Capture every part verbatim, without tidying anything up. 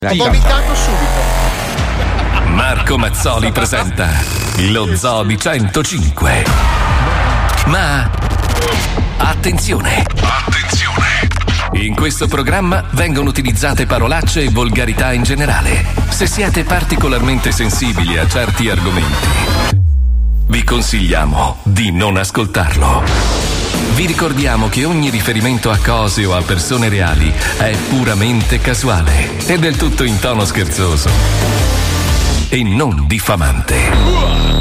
Ho vomitato subito. Marco Mazzoli presenta lo Zoo di centocinque. Ma attenzione! Attenzione! In questo programma vengono utilizzate parolacce e volgarità in generale. Se siete particolarmente sensibili a certi argomenti, vi consigliamo di non ascoltarlo. Vi ricordiamo che ogni riferimento a cose o a persone reali è puramente casuale e del tutto in tono scherzoso e non diffamante.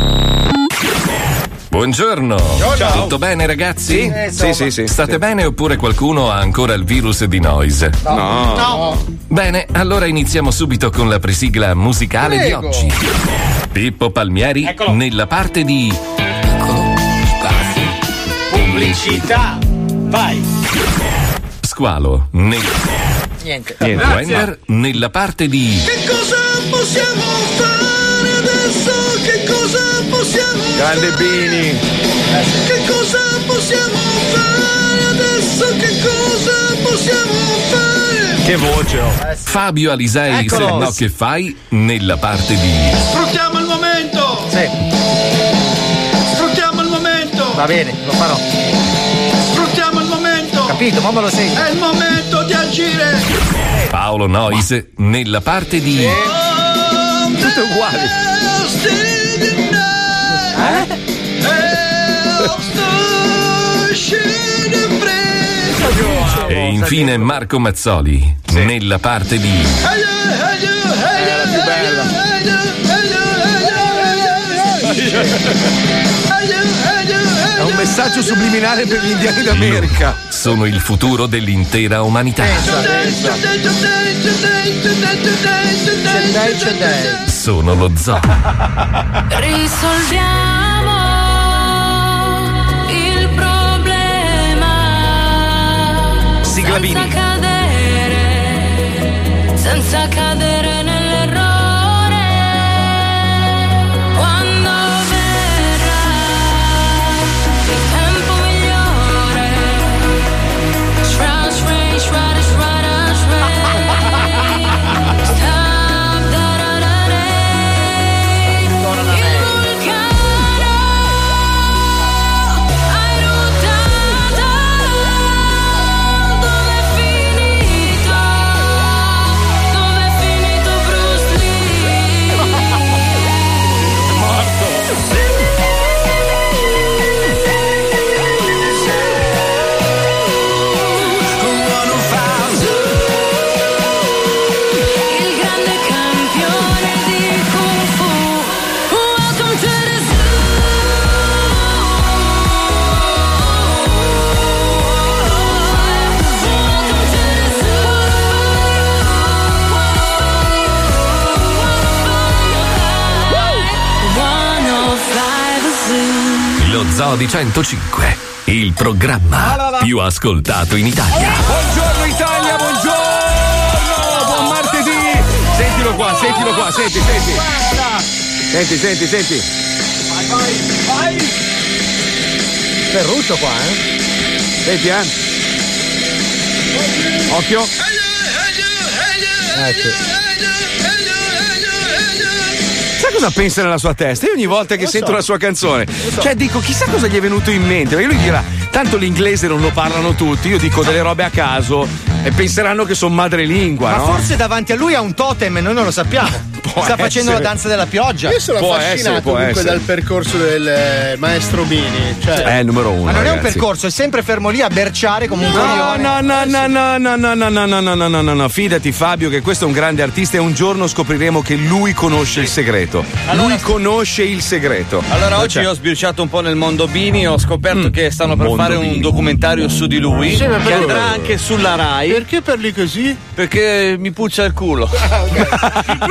Buongiorno. Ciao. Tutto bene, ragazzi? Sì, sì, sì. State sì. bene oppure qualcuno ha ancora il virus di noise? No. No. no. Bene, allora iniziamo subito con la presigla musicale Prego. di oggi. Pippo Palmieri Eccolo. nella parte di Pubblicità. Vai. Squalo nel Niente. Niente. Wender nella parte di Che cosa possiamo fare adesso? Che cosa possiamo Grande Bini. Che cosa possiamo fare adesso? Che cosa possiamo fare? Che voce ho. Fabio Alisei. Eccolo. Se no che fai nella parte di Sfruttiamo il momento! Sì, Sfruttiamo il momento! va bene, lo farò. Sfruttiamo il momento! Capito, ma me lo senti. È il momento di agire! Paolo Noise nella parte di Tutte uguali. Eh? e infine Marco Mazzoli nella parte di Era più bella. È un messaggio subliminale per gli indiani d'America. sono il futuro dell'intera umanità. C'è c'è dai. Sono lo Zoo. Risolviamo il problema Sigla senza Bini. cadere, senza cadere nell'errore. Quando verrà il tempo migliore, shrush, shrush, shrush, shrush, shrush. Stop, da, da, da, da. Il vulcano ha eruttato. Dove è finito? Dove è finito Bruce Lee? Il grande campione di Kung Fu. Welcome to the zoo. Lo Zoo di centocinque, il programma più ascoltato in Italia. Buongiorno Italia, buongiorno! Buon martedì! Sentilo qua, sentilo qua, senti, senti. Senti, senti, senti. Ferruccio qua, eh? Senti, eh? Occhio. Ecco. Sai cosa pensa nella sua testa? Io ogni volta che sento la sua canzone, cioè dico chissà cosa gli è venuto in mente, perché lui dirà tanto l'inglese non lo parlano tutti, io dico delle robe a caso e penseranno che sono madrelingua, Ma no? forse davanti a lui ha un totem e noi non lo sappiamo. Può Sta facendo essere. la danza della pioggia. Io sono Può affascinato essere, può comunque essere. dal percorso del eh, maestro Bini. Cioè, È il numero uno. Ma non è un ragazzi. percorso, è sempre fermo lì a berciare come un No, coglione. no, no, no, no, no, no, no, no, no, no, no, no, no, no, fidati Fabio che questo è un grande artista e un giorno scopriremo che lui conosce il segreto. Lui conosce il segreto. Allora oggi Cioè, ho sbirciato un po' nel mondo Bini, ho scoperto Mm. che stanno per Mondo fare Bini. un documentario su di lui Sì, ma che perché- andrà anche sulla Rai perché parli così? perché mi puccia il culo. Brucia!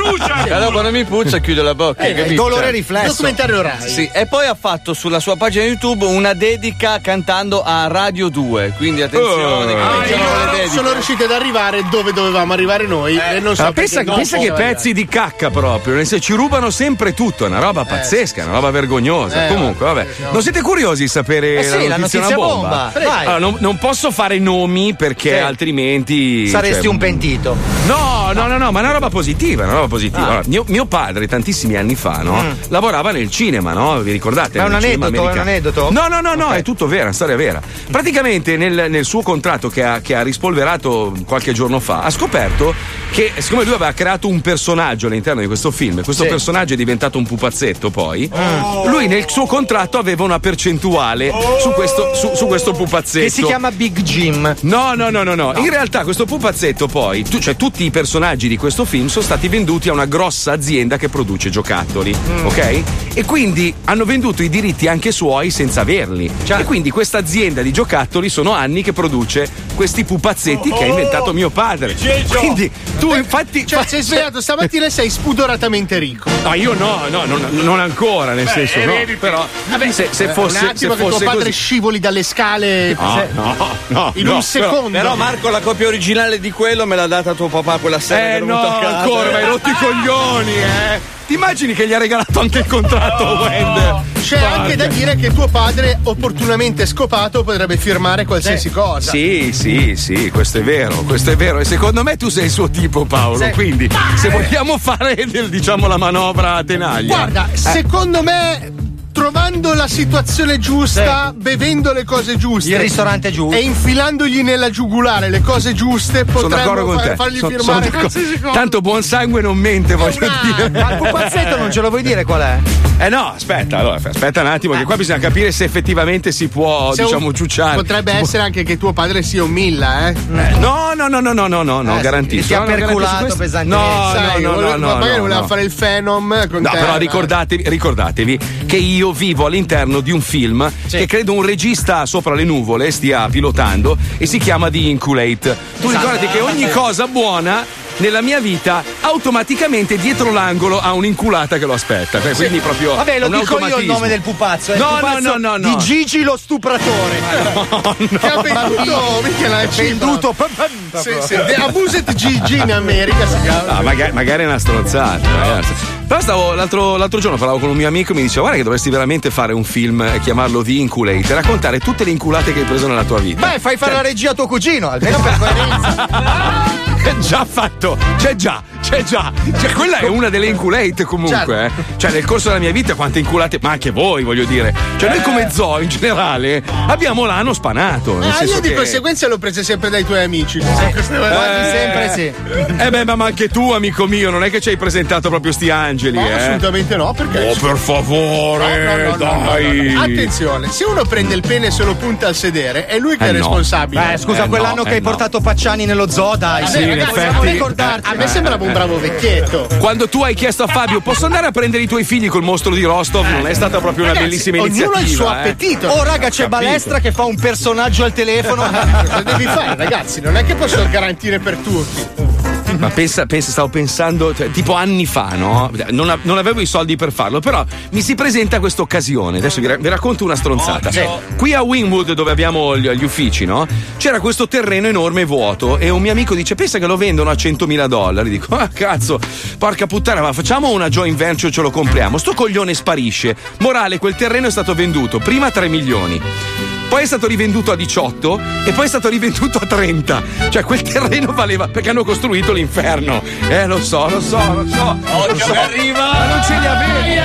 Allora quando mi puzza chiudo la bocca. Eh, il dolore riflesso. Documentario Rai. Sì, e poi ha fatto sulla sua pagina YouTube una dedica cantando a Radio due. Quindi attenzione, Oh. che Ah, cominciano io le dediche. sono riusciti ad arrivare dove dovevamo arrivare noi e non so Ma pensa, perché pensa non che posso pezzi di cacca proprio, nel senso, ci rubano sempre tutto, è una roba pazzesca, è una roba vergognosa. Eh, Comunque, vabbè. Non siete curiosi di sapere Eh sì, la la notizia, notizia una bomba. bomba? Vai. Allora, non, non posso fare nomi perché Sì. altrimenti Saresti cioè, un pentito. No, no, no, no, ma è una roba positiva, è una roba positiva. Ah. Allora, mio, mio padre, tantissimi anni fa, no? Mm. lavorava nel cinema, no? Vi ricordate? Ma è un Nel cinema aneddoto, è un americano. aneddoto? No, no, no, no, Ok. è tutto vero, è una storia vera. Praticamente nel, nel suo contratto che ha, che ha rispolverato qualche giorno fa, ha scoperto che, siccome lui aveva creato un personaggio all'interno di questo film, e questo Sì. personaggio è diventato un pupazzetto poi, lui nel suo contratto aveva una percentuale su, questo, su, su questo pupazzetto. Che si chiama Big Jim. No, no, no, no, no. In realtà questo pupazzetto poi, tu- cioè tutti i personaggi di questo film sono stati venduti a una grossa azienda che produce giocattoli, ok? E quindi hanno venduto i diritti anche suoi senza averli. E quindi questa azienda di giocattoli sono anni che produce questi pupazzetti che ha inventato mio padre. Quindi tu infatti Cioè, fa- sei svegliato stamattina e sei spudoratamente ricco. No, io no, no, non, non ancora, nel senso no. Però se, se fosse, Un attimo se che tuo fosse padre così. scivoli dalle scale No, no, no, in no, un secondo. Però Marco la copia originale di quello me l'ha data tuo papà quella sera. che Eh è no, venuto a casa. ancora, ma hai rotto i coglioni, eh! Ti immagini che gli ha regalato anche il contratto, Wender? C'è anche da dire che tuo padre, opportunamente scopato, potrebbe firmare qualsiasi cosa. Sì, sì, sì, questo è vero, questo è vero. E secondo me tu sei il suo tipo, Paolo. Sì. Quindi, se vogliamo fare del- diciamo la manovra a tenaglia. Guarda, secondo me, trovando la situazione giusta, bevendo le cose giuste Il ristorante giusto. e infilandogli nella giugulare le cose giuste, sono d'accordo potremmo con fa- te. fargli Sono- firmare sono d'accordo. qualsiasi cosa. Tanto buon sangue non mente, voglio una- dire. Ma il pupazzetto non ce lo vuoi dire qual è? Eh no, aspetta, allora, aspetta un attimo, che qua bisogna capire se effettivamente si può, Se un- diciamo, ciucciare. Potrebbe Si può- essere anche che tuo padre sia un milla, eh? Eh, no, no, no, no, no, no, no, no, Eh, garantisco. ti ha No, no, perculato garantisco questo- pesantemente. No, Sai, no, no, voleva- no, no, magari no, voleva no. fare il Phenom con No, te. però eh. ricordatevi, ricordatevi che io vivo all'interno di un film che credo un regista sopra le nuvole stia pilotando e si chiama The Inculate. Tu ricordati che ogni cosa buona nella mia vita automaticamente dietro l'angolo ha un'inculata che lo aspetta. Cioè, quindi proprio Vabbè, lo un dico io il automatismo. nome del pupazzo. È il No, no, pupazzo no, no, no. Di Gigi lo stupratore. Che ha venduto, mica la cifra. Venduto. Sì, sì. The Abused Gigi in America si chiama. Ah, magari, magari è una stronzata, ragazzi. Però stavo l'altro, l'altro giorno parlavo con un mio amico e mi diceva: guarda che dovresti veramente fare un film e chiamarlo The Inculate e raccontare tutte le inculate che hai preso nella tua vita. Beh, fai fare la regia a tuo cugino, almeno per coerenza. È già fatto, c'è già, c'è già. Cioè, quella è una delle inculate comunque. Eh. Cioè, nel corso della mia vita, quante inculate, ma anche voi, voglio dire. Cioè, noi come zoo in generale abbiamo l'ano spanato. Nel Ah, senso io di che... conseguenza l'ho prese sempre dai tuoi amici. Quasi sempre sì. Eh beh, ma anche tu, amico mio, non è che ci hai presentato proprio sti angeli, No, eh. assolutamente no, perché. Oh, per favore, No, no, no, no, dai. no, no, no. Attenzione, se uno prende il pene e se lo punta al sedere, è lui che Eh è no. responsabile. Beh, scusa, Eh, quell'anno no, che eh, hai no. portato Pacciani nello zoo, dai. Sì, in ragazzi, effetti. possiamo ricordarci. A me sembrava un bravo vecchietto. Quando tu hai chiesto a Fabio, posso andare a prendere i tuoi figli col mostro di Rostov? Non è stata proprio una Ragazzi, bellissima ognuno iniziativa. ha il suo eh. appetito. Oh, raga, c'è Capito. Balestra che fa un personaggio al telefono. Cosa devi fare, ragazzi? Non è che posso garantire per tutti. Ma pensa, pensa, stavo pensando, cioè, tipo anni fa, no? Non, a- non avevo i soldi per farlo, però mi si presenta questa occasione. Adesso vi, ra- vi racconto una stronzata. Qui a Wynwood, dove abbiamo gli, gli uffici, no? C'era questo terreno enorme vuoto e un mio amico dice: pensa che lo vendono a centomila dollari. Dico: ah, cazzo, porca puttana, ma facciamo una joint venture, ce lo compriamo. Sto coglione sparisce. Morale, quel terreno è stato venduto prima a tre milioni. Poi è stato rivenduto a diciotto e poi è stato rivenduto a trenta. Cioè quel terreno valeva perché hanno costruito l'inferno. Eh, lo so, lo so, lo so. Occhio che arriva! Ma non ce li avevo.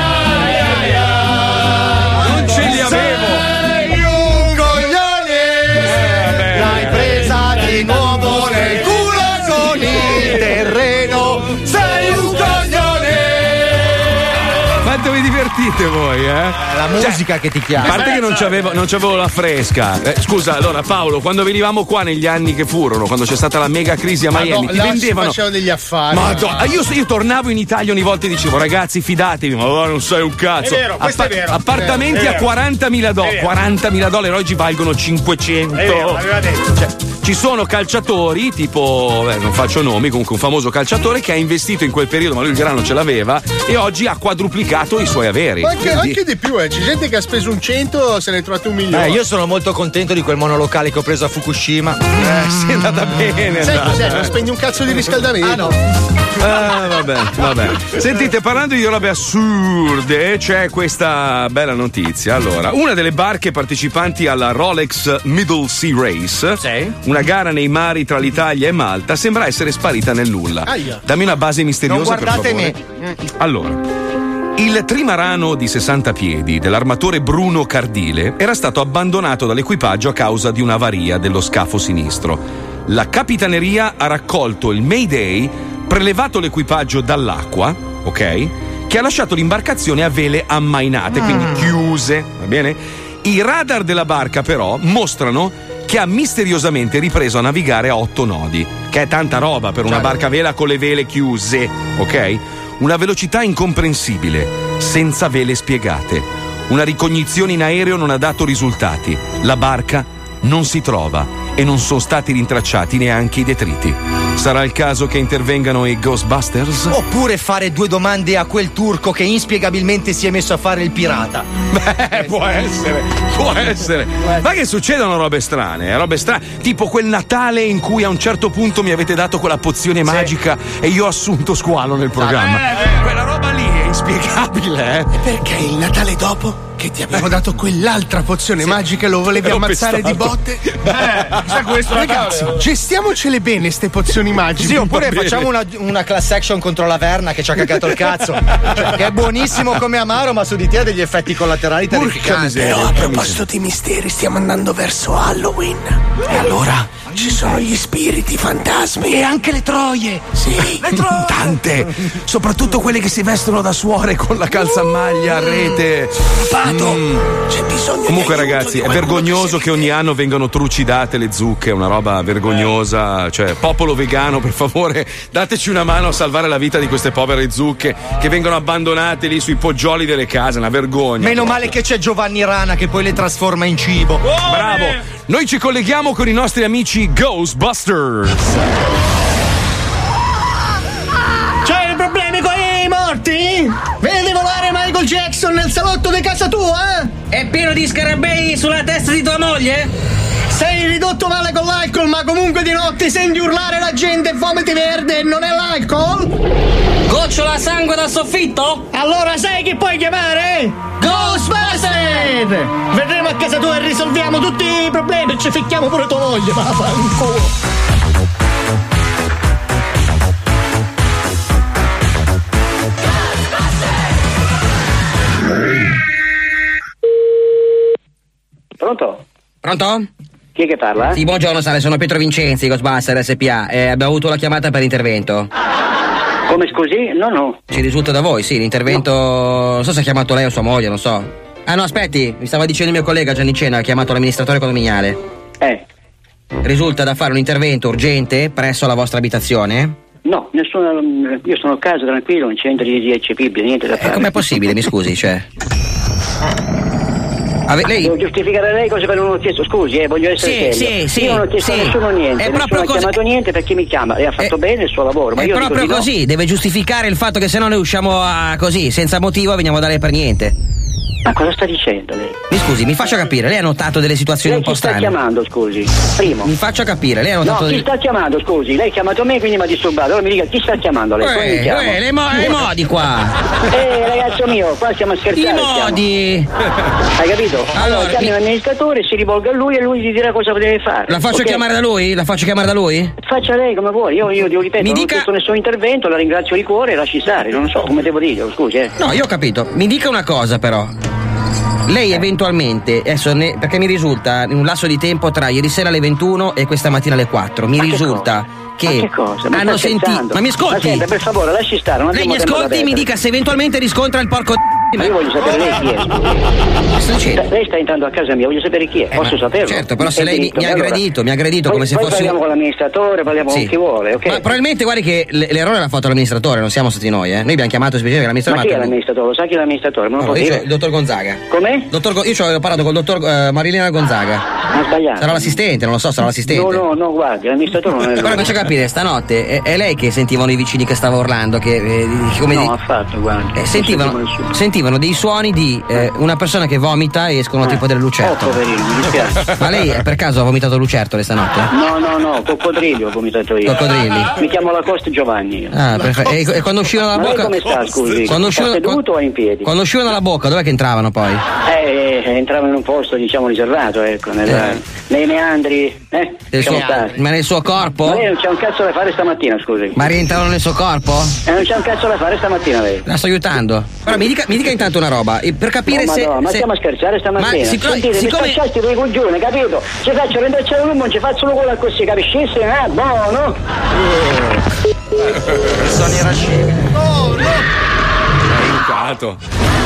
Non ce li avevo. Sei un coglione. L'hai presa di nuovo nel culo con il terreno. Sei un coglione. Quanto mi divertivo sentite voi, eh? La musica cioè, che ti chiama. A parte che non c'avevo, non c'avevo la fresca. Eh, scusa, allora Paolo, quando venivamo qua negli anni che furono, quando c'è stata la mega crisi a Miami, no, ti vendevano. Facevano degli affari. Madonna, io, io tornavo in Italia ogni volta e dicevo, ragazzi, fidatevi, ma non sai un cazzo. È vero, questo Appa- è vero. Appartamenti è vero. a quarantamila dollari. quarantamila dollari oggi valgono cinquecento. È vero, aveva detto. Cioè, ci sono calciatori, tipo, eh, non faccio nomi, comunque un famoso calciatore che ha investito in quel periodo, ma lui il grano ce l'aveva e oggi ha quadruplicato i suoi averi. Ma anche, Quindi... anche di più, eh. C'è gente che ha speso un cento, se ne è trovato un milione. Eh, io sono molto contento di quel monolocale che ho preso a Fukushima. Eh, sì, è andata bene. Sai andata. cos'è? Non spendi un cazzo di riscaldamento. Ah, no. Ah, vabbè, vabbè. Sentite, parlando di robe assurde, c'è questa bella notizia. Allora, una delle barche partecipanti alla Rolex Middle Sea Race, sì. una gara nei mari tra l'Italia e Malta, sembra essere sparita nel nulla. Aia. Dammi una base misteriosa, Non guardate per favore. me. Allora. Il trimarano di sessanta piedi dell'armatore Bruno Cardile era stato abbandonato dall'equipaggio a causa di un'avaria dello scafo sinistro. La capitaneria ha raccolto il Mayday, prelevato l'equipaggio dall'acqua, ok? Che ha lasciato l'imbarcazione a vele ammainate, quindi chiuse, va bene? I radar della barca però mostrano che ha misteriosamente ripreso a navigare a otto nodi, che è tanta roba per una barca a vela con le vele chiuse, ok? Una velocità incomprensibile, senza vele spiegate. Una ricognizione in aereo non ha dato risultati. La barca non si trova e non sono stati rintracciati neanche i detriti. Sarà il caso che intervengano i Ghostbusters? Oppure fare due domande a quel turco che inspiegabilmente si è messo a fare il pirata. Beh, può essere, può essere. Ma che succedono robe strane, eh? robe strane. Tipo quel Natale in cui a un certo punto mi avete dato quella pozione magica e io ho assunto squalo nel programma. Eh, Quella roba lì è inspiegabile, eh? Perché il Natale dopo che ti abbiamo dato quell'altra pozione magica e lo volevi L'ho ammazzare pestato. di botte? Eh, sa questo Ragazzi, gestiamocele bene ste pozioni magiche. Sì, oppure Va bene. facciamo una, una class action contro la Verna che ci ha cagato il cazzo. Cioè, che è buonissimo come amaro, ma su di te ha degli effetti collaterali terrificanti. Però a proposito di misteri, stiamo andando verso Halloween. E allora ci sono gli spiriti, fantasmi. E anche le troie. Sì, Le troie. Tante. Soprattutto quelle che si vestono da suore con la calzamaglia a rete. Mm. c'è bisogno Comunque di aiuto ragazzi, di è qualcuno vergognoso si che ogni anno vengano trucidate le zucche, è una roba vergognosa. Cioè, popolo vegano, per favore, dateci una mano a salvare la vita di queste povere zucche che vengono abbandonate lì sui poggioli delle case, una vergogna. Meno male che c'è Giovanni Rana che poi le trasforma in cibo. Bravo! Noi ci colleghiamo con i nostri amici Ghostbusters. C'hai problemi con i morti? Vedi volare Michael Jackson nel salotto di casa tua? È pieno di scarabei sulla testa di tua moglie? Sei ridotto male con l'alcol, ma comunque di notte senti urlare la gente e vomiti verde e non è l'alcol? Gocciola sangue dal soffitto? Allora sai chi puoi chiamare? Ghostbusters! Verremo a casa tua e risolviamo tutti i problemi e ci ficchiamo pure tua moglie, ma fanculo. Pronto? Pronto? Chi è che parla? Sì, buongiorno Sale, sono Pietro Vincenzi, Ghostbuster S P A. Eh, abbiamo avuto la chiamata per intervento. Come scusi? No, no. Ci risulta da voi, sì, l'intervento. Non so se ha chiamato lei o sua moglie, non so. Ah no, aspetti, mi stava dicendo il mio collega Gianni Cena, ha chiamato l'amministratore condominiale. Eh. Risulta da fare un intervento urgente presso la vostra abitazione? No, nessuno. Io sono a casa tranquillo, in centro di eccepibile, niente da Eh, fare. com'è possibile, mi scusi, cioè? Ave- lei... Devo giustificare lei cosa per non ho chiesto, scusi, eh, voglio essere Sì, serio. sì, sì, Io non ho chiesto sì. a nessuno niente, È nessuno proprio ha così. chiamato niente perché mi chiama. Lei ha fatto È- bene il suo lavoro, ma È io dico proprio di no. così, deve giustificare il fatto che se no noi usciamo a così, senza motivo, veniamo da lei per niente. Ma cosa sta dicendo lei? Mi scusi, mi faccia capire, lei ha notato delle situazioni Lei un po' chi sta strane. chiamando, scusi? Primo. Mi faccia capire, lei ha No, notato chi delle... sta chiamando, scusi? Lei ha chiamato me, quindi mi ha disturbato. Allora mi dica chi sta chiamando lei? Come mi Eh, chiamo? eh, le, mo- le modi qua. Eh, ragazzo mio, qua stiamo a scherzare. I stiamo. modi. Hai capito? Allora, Allora, chiami mi- l'amministratore, si rivolga a lui e lui gli dirà cosa deve fare. La faccio ok? chiamare da lui? La faccio chiamare da lui? Faccia lei come vuoi, io, io, io ripeto, Mi non dica- ho fatto nessun intervento, la ringrazio di cuore, lasci stare, non so come devo dire, scusi, eh. No, io ho capito. Mi dica una cosa però. Lei eventualmente, adesso ne- perché mi risulta in un lasso di tempo tra ieri sera alle ventuno e questa mattina alle quattro, mi Ma che risulta che, Ma che cosa? Ma hanno sta sentito. scherzando? Ma mi Ma ascolti? senta, per favore, lasci stare, non Lei abbiamo mi tempo da ascolti e mi perdere. dica se eventualmente riscontra il porco Ma io voglio sapere lei chi è. Sto dicendo? Lei sta entrando a casa mia, voglio sapere chi è. Eh, Posso saperlo? Certo, però se È lei mi, diritto. mi ha Allora, aggredito, mi ha aggredito poi, come se poi fosse. parliamo con l'amministratore, parliamo Sì. con chi vuole, ok? Ma probabilmente guardi che l- l'errore l'ha fatto l'amministratore, non siamo stati noi, eh. Noi abbiamo chiamato specificamente Ma chi è l'amministratore. l'amministratore? Lo sa chi è l'amministratore? Me lo No, può io dire? c'ho il dottor Gonzaga. Come? Dottor Go- io c'ho- ho parlato col dottor eh, Marilena Gonzaga. Ha sbagliato. Sarà l'assistente, non lo so, sarà l'assistente. No, no, no, guardi, l'amministratore non è Però lui. comincia a capire, stanotte è, è lei che sentivano i vicini che stava urlando, che eh, di- come No, di- affatto, guardi. eh, sentivano, Non sentivo nessuno. sentivano dei suoni di eh, una persona che vomita e escono tipo delle Oh, lucertole. poverino, mi dispiace. Ma lei eh, per caso ha vomitato lucertole stanotte? No, no, no, coccodrillo ho vomitato io. Coccodrilli? Mi chiamo Lacoste Giovanni. io. Ah, perfetto. E, e quando uscivano dalla Ma lei bocca. come sta, scusi? Quando Sta uscivano, seduto o in piedi? Quando uscivano dalla bocca, dov'è che entravano poi? Eh, eh, entrava in un posto, diciamo, riservato, ecco, nella- Eh. nei meandri, eh? Nel Lasciamo suo- stare. ma nel suo corpo? Ma lei non c'è un cazzo da fare stamattina, scusi. Ma rientravano nel suo corpo? Eh, non c'è un cazzo da fare stamattina lei. La sto aiutando. Ora mi dica, mi dica intanto una roba, e per capire No, se. Madonna, ma se... stiamo a scherzare stamattina. Ma siccome- Sentite, siccome- mi spacciasti due coglioni, capito? Ci faccio rintracciare lui, non ci faccio solo quello così, capisci? Ah, buono! Sono irascibili. Oh, no! È educato.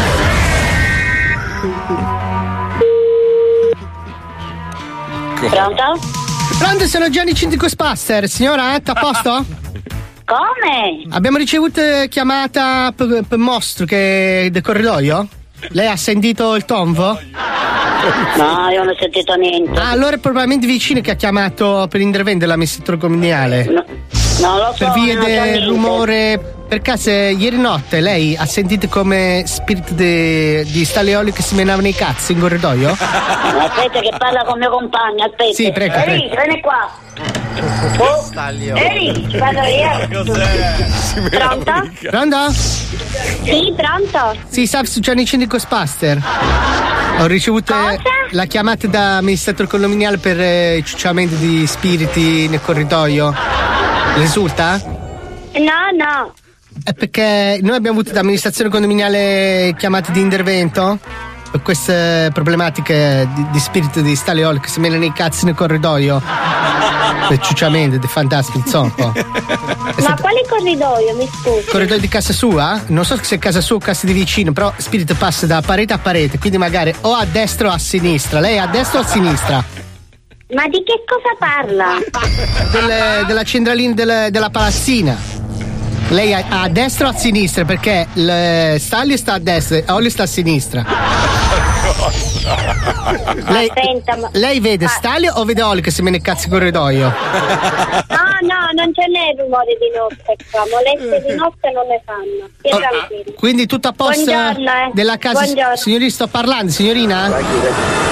Pronto? Pronto, sono Gianni Cintico Spaster. Signora, a posto? Come? Abbiamo ricevuto chiamata per, per mostro che è del corridoio? Lei ha sentito il tonfo? No, io non ho sentito niente. Ah, allora è probabilmente vicino che ha chiamato per intervento l'amministratore comunale. No, non lo so. Per via non so del niente. rumore. Per caso ieri notte lei ha sentito come spirito de- di staleoli che si menavano i cazzi in corridoio? Aspetta che parla con mio compagno, aspetta. Sì, prego, Eri, prego. vieni qua. Oh, Eri, ci vado io. Pronto? Pronto? Sì, pronto. Sì, sa, su Gianni Cintico Spaster. Ho ricevuto eh, la chiamata da amministratore condominiale per eh, il ciucciamento di spiriti nel corridoio. Risulta? No, no. È perché noi abbiamo avuto da amministrazione condominiale chiamate di intervento per queste problematiche di, di spirito di staleoli che si menano i cazzi nel corridoio. Del ciucciamento, del fantastico, insomma. Ma quale corridoio, mi scusi? Corridoio di casa sua? Non so se è casa sua o casa di vicino, però il spirito passa da parete a parete, quindi magari o a destra o a sinistra. Lei è a destra o a sinistra? Ma di che cosa parla? Del- della centralina del- della palazzina. Lei è a destra o a sinistra? Perché il Stanley sta a destra e Olli sta a sinistra. Lei, Attenta, ma... lei vede Ah. Stanley o vede Olli che si mena il cazzo in corridoio? No, no, non ce n'è rumore di notte qua. Moleste di notte non ne fanno. Stia Oh, tranquillo. Quindi tutto a posto Buongiorno, eh. della casa. Buongiorno. Signorina, sto parlando, signorina?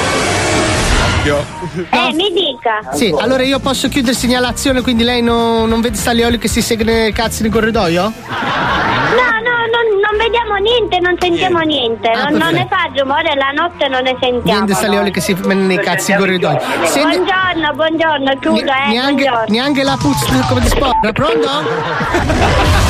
Eh, mi dica. Sì, allora io posso chiudere segnalazione, quindi lei non, non vede Stalioli che si segue nei cazzi di corridoio? No, no, non, non vediamo niente, non sentiamo niente. Ah, non, non ne perfetto. fa rumore, la notte non ne sentiamo. Niente Stalioli che si mena nei cazzi di corridoio. Senti- Buongiorno, buongiorno, chiudo, eh. neanche, buongiorno. neanche la puzza come di sport. Pronto?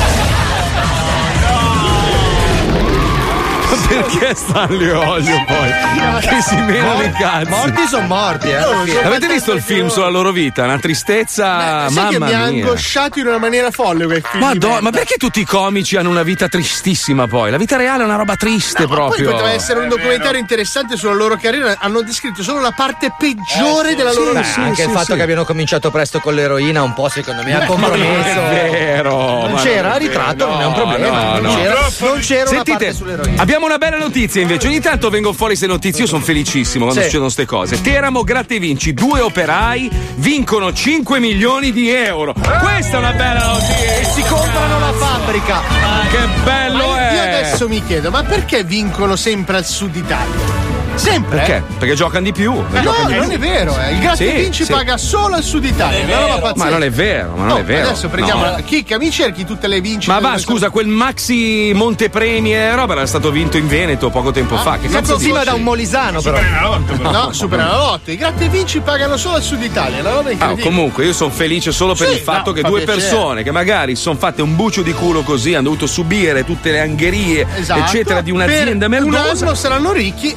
Perché Stanley Olio poi? Che si menano i cazzi. Morti sono morti, eh. Avete visto il film sulla loro vita? Una tristezza, Sai che mamma mi ha mia. angosciato in una maniera folle quel film. Madonna, ma perché tutti i comici hanno una vita tristissima poi? La vita reale è una roba triste Poi proprio. poteva essere un documentario interessante sulla loro carriera. Hanno descritto solo la parte peggiore della loro Beh, vita. anche il fatto che abbiano cominciato presto con l'eroina, un po' secondo me ha compromesso. Non è vero. Non ma c'era non è ritratto, vero. non è un problema. No, non, no. C'era, non c'era una Sentite, parte sull'eroina. abbiamo una bella notizia invece. Ogni tanto vengono fuori queste notizie, io sono felicissimo quando Sì. succedono queste cose. Teramo gratta e vinci, due operai vincono cinque milioni di euro. Questa è una bella notizia. E si comprano la fabbrica. Che bello Ma io è! adesso mi chiedo, ma perché vincono sempre al sud Italia? Sempre? Perché? eh? Perché giocano di più. Eh no, giocano di non più. è vero, eh. Il gratta e Sì, vinci sì. paga solo al sud Italia. È una roba pazzesca. Ma non è vero, ma non No, è vero. Adesso prendiamo No. la chicca, mi cerchi tutte le vincite. Ma va, dove scusa, sono- quel maxi Montepremi e roba era stato vinto in Veneto poco tempo fa. Che non cazzo così, dici? ma da un molisano, però. No, supera la lotta. I gratta e vinci pagano solo al sud Italia. È una roba Ah, incredibile. comunque io sono felice solo per Sì, il fatto no, che fa due piacere. persone che magari si sono fatte un bucio di culo così, hanno dovuto subire tutte le angherie Esatto. eccetera di Per un'azienda un merdosa. anno saranno ricchi e l'anno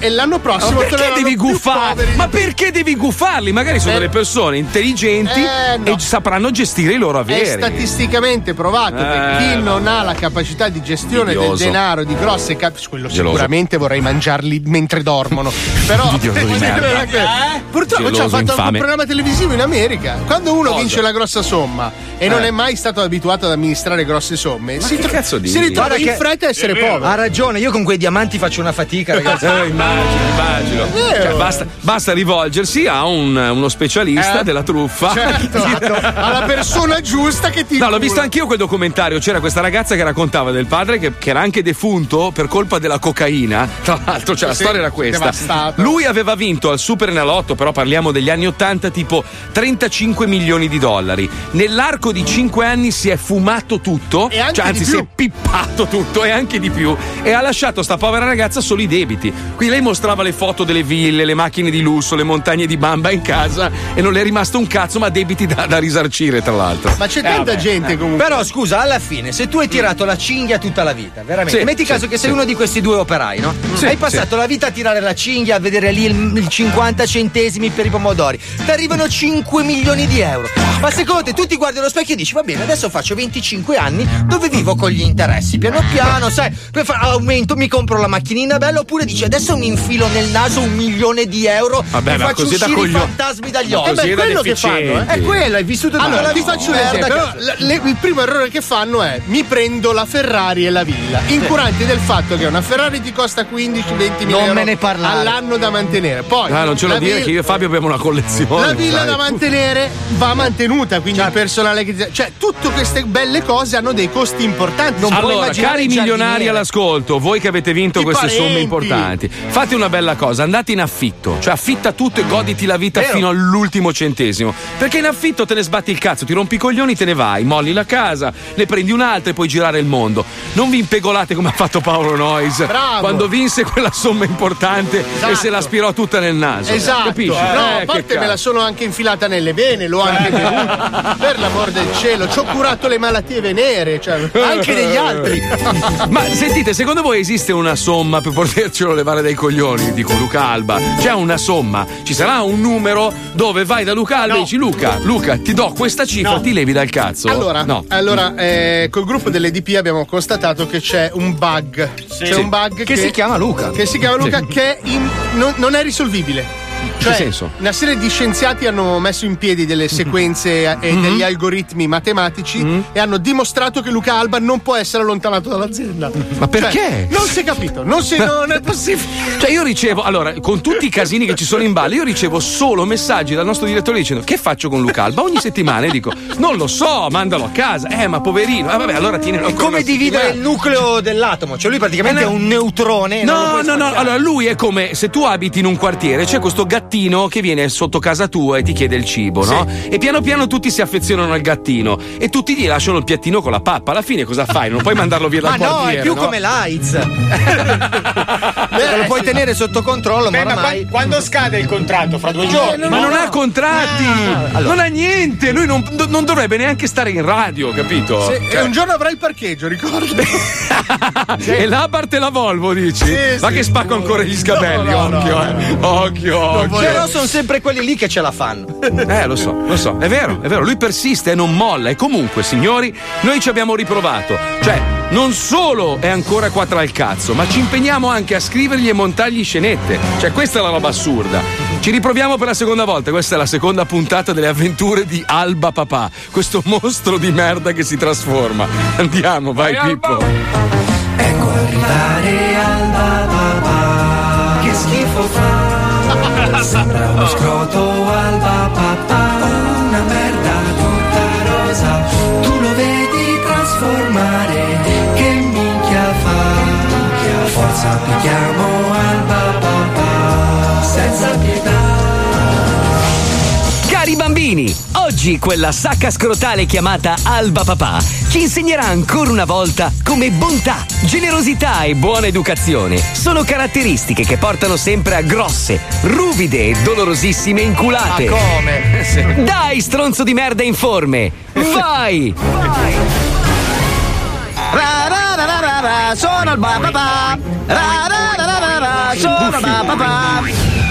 prossimo Ma perché devi guffarli? Ma perché devi guffarli? Magari sono Eh. delle persone intelligenti Eh, no. e sapranno gestire i loro È averi. statisticamente provato che Eh, chi non ha la capacità di gestione Invidioso. del denaro di grosse cap- quello Geloso. sicuramente vorrei mangiarli mentre dormono. Però Invidioso di merda. Eh? purtroppo ci ha Geloso, fatto anche un infame. programma televisivo in America. Quando uno Cosa? vince una grossa somma e non Eh. è mai stato abituato ad amministrare grosse somme, si, che tro- cazzo dici? si ritrova Guarda in che- fretta a essere povero. Ha ragione, io con quei diamanti faccio una fatica, ragazzi. Eh, immagino, immagino. vero. Cioè, basta, basta rivolgersi a un- uno specialista Eh, della truffa. Certo, alla persona giusta che ti No, l'ho incula. visto anch'io quel documentario. C'era questa ragazza che raccontava del padre che, che era anche defunto per colpa della cocaina. Tra l'altro, cioè, la Sì, storia era questa. devastato. Lui aveva vinto al Superenalotto, però parliamo degli anni ottanta, tipo trentacinque milioni di dollari. Nell'arco di cinque anni si è fumato tutto, E anche cioè, anzi, di si più. è pippato tutto e anche di più. E ha lasciato sta povera ragazza solo i debiti. Quindi lei mostrava le foto delle ville, le macchine di lusso, le montagne di bamba in casa e non le è rimasto un cazzo, ma debiti da, da risarcire, tra l'altro. Ma c'è Eh, tanta vabbè. gente comunque. Però scusa, alla fine, se tu hai tirato la cinghia tutta la vita, veramente, Sì, metti sì, caso che sei sì. uno di questi due operai, no? Sì, hai passato la vita a tirare la cinghia, a vedere lì il, il cinquanta centesimi per i pomodori. Ti arrivano cinque milioni di euro. Ma secondo te tu ti guardi allo specchio e dici, va bene, adesso faccio venticinque anni dove vivo con gli interessi, piano piano, sai, per fare aumento, mi compro la macchinina bella, oppure dici, adesso mi infilo nel naso un milione di euro Vabbè, e ma faccio così da uscire i coglio- fantasmi dagli Ma occhi. così Eh beh, da quello che fanno, eh. deficienti. È quello, hai vissuto Allora, tutta la ti vita. faccio un Merda, esempio. cazzo. Però, la- le- il primo errore che fanno è mi prendo la Ferrari e la villa, incuranti del fatto che una Ferrari ti costa quindici venti mila Non euro me ne parlare. all'anno da mantenere. Poi Ah, non ce lo la dire vil- che io e Fabio abbiamo una collezione. la villa sai. da mantenere va mantenuta, quindi Certo. il personale che cioè tutte queste belle cose hanno dei costi importanti. Non puoi Allora, immaginare cari il milionari giardiniere. all'ascolto, voi che avete vinto I queste somme parenti. importanti, fate una bella cosa, andate in affitto, cioè affitta tutto e goditi la vita Vero. fino all'ultimo centesimo. Perché in affitto te ne sbatti il cazzo, ti rompi i coglioni, te ne vai, molli la casa, ne prendi un'altra e puoi girare il mondo. Non vi impegolate come ha fatto Paolo Noyes Bravo. quando vinse quella somma importante Esatto. e se la aspirò tutta nel naso. Esatto, Capisci? no, Eh, a parte che me la cazzo. sono anche infilata nelle vene, l'ho anche bevuta. Per l'amor del cielo, ci ho curato le malattie venere, cioè, anche degli altri. Ma sentite, secondo voi esiste una somma per potercelo levare dai coglioni? Dico Luca Alba. C'è una somma, ci sarà un numero dove vai da Luca Alba e No. dici Luca, Luca, ti do questa cifra, No. ti levi dal cazzo. Allora, no. allora eh, col gruppo delle D P abbiamo constatato che c'è un bug. C'è Sì. un bug Che si chiama Luca. Che si chiama Luca, Sì. che in- non, non è risolvibile. Cioè, che senso? una serie di scienziati hanno messo in piedi delle sequenze e Mhm. degli algoritmi matematici e hanno dimostrato che Luca Alba non può essere allontanato dall'azienda. Ma perché? Cioè, non si è capito, non, si, non è possibile. Cioè io ricevo, allora, con tutti i casini che ci sono in ballo, io ricevo solo messaggi dal nostro direttore dicendo che faccio con Luca Alba? Ogni settimana e dico, non lo so, mandalo a casa. Eh, ma poverino. Ah, vabbè, allora tienilo È ancora come una dividere il settimana. nucleo dell'atomo, cioè lui praticamente Eh, è no. un neutrone. non lo No, puoi no, no, spaccare. allora lui è come se tu abiti in un quartiere, c'è questo gattino che viene sotto casa tua e ti chiede il cibo, no? E piano piano tutti si affezionano al gattino e tutti gli lasciano il piattino con la pappa. Alla fine cosa fai? Non puoi mandarlo via dal Ma no, quartiere. è più no? come l'AIDS. Lo puoi tenere sotto controllo, ma Beh, ma oramai. qua- quando scade il contratto? Fra due giorni? Ma non ha contratti, allora. non ha niente, lui non, non dovrebbe neanche stare in radio, capito? Sì, Cioè, E un giorno avrà il parcheggio, ricordi? e là parte la Volvo, dici? Sì, Ma sì. che spacco ancora gli sgabelli, No, no, occhio, eh. Occhio, occhio. Però sono sempre quelli lì che ce la fanno. Eh, lo so, lo so, è vero, è vero, lui persiste e non molla. E comunque, signori, noi ci abbiamo riprovato. Cioè, non solo è ancora qua tra il cazzo, ma ci impegniamo anche a scrivergli e montargli scenette. Cioè, questa è la roba assurda. Ci riproviamo per la seconda volta. Questa è la seconda puntata delle avventure di Alba Papà, questo mostro di merda che si trasforma. Andiamo, vai, Vai, Pippo. Alba. Ecco arrivare Alba Papà, che schifo fa. Sembra uno scroto Alba Papà, una merda tutta rosa. Tu lo vedi trasformare, che minchia fa. Forza picchiamo Alba Papà, senza pietà. Cari bambini, oggi quella sacca scrotale chiamata Alba Papà ci insegnerà ancora una volta come bontà, generosità e buona educazione sono caratteristiche che portano sempre a grosse, ruvide e dolorosissime inculate. Ma come? Dai, stronzo di merda informe! Vai! Ra, ra, ra, ra, ra, ra, sono il papà. Ra, ra, ra, ra, ra, ra, sono papà.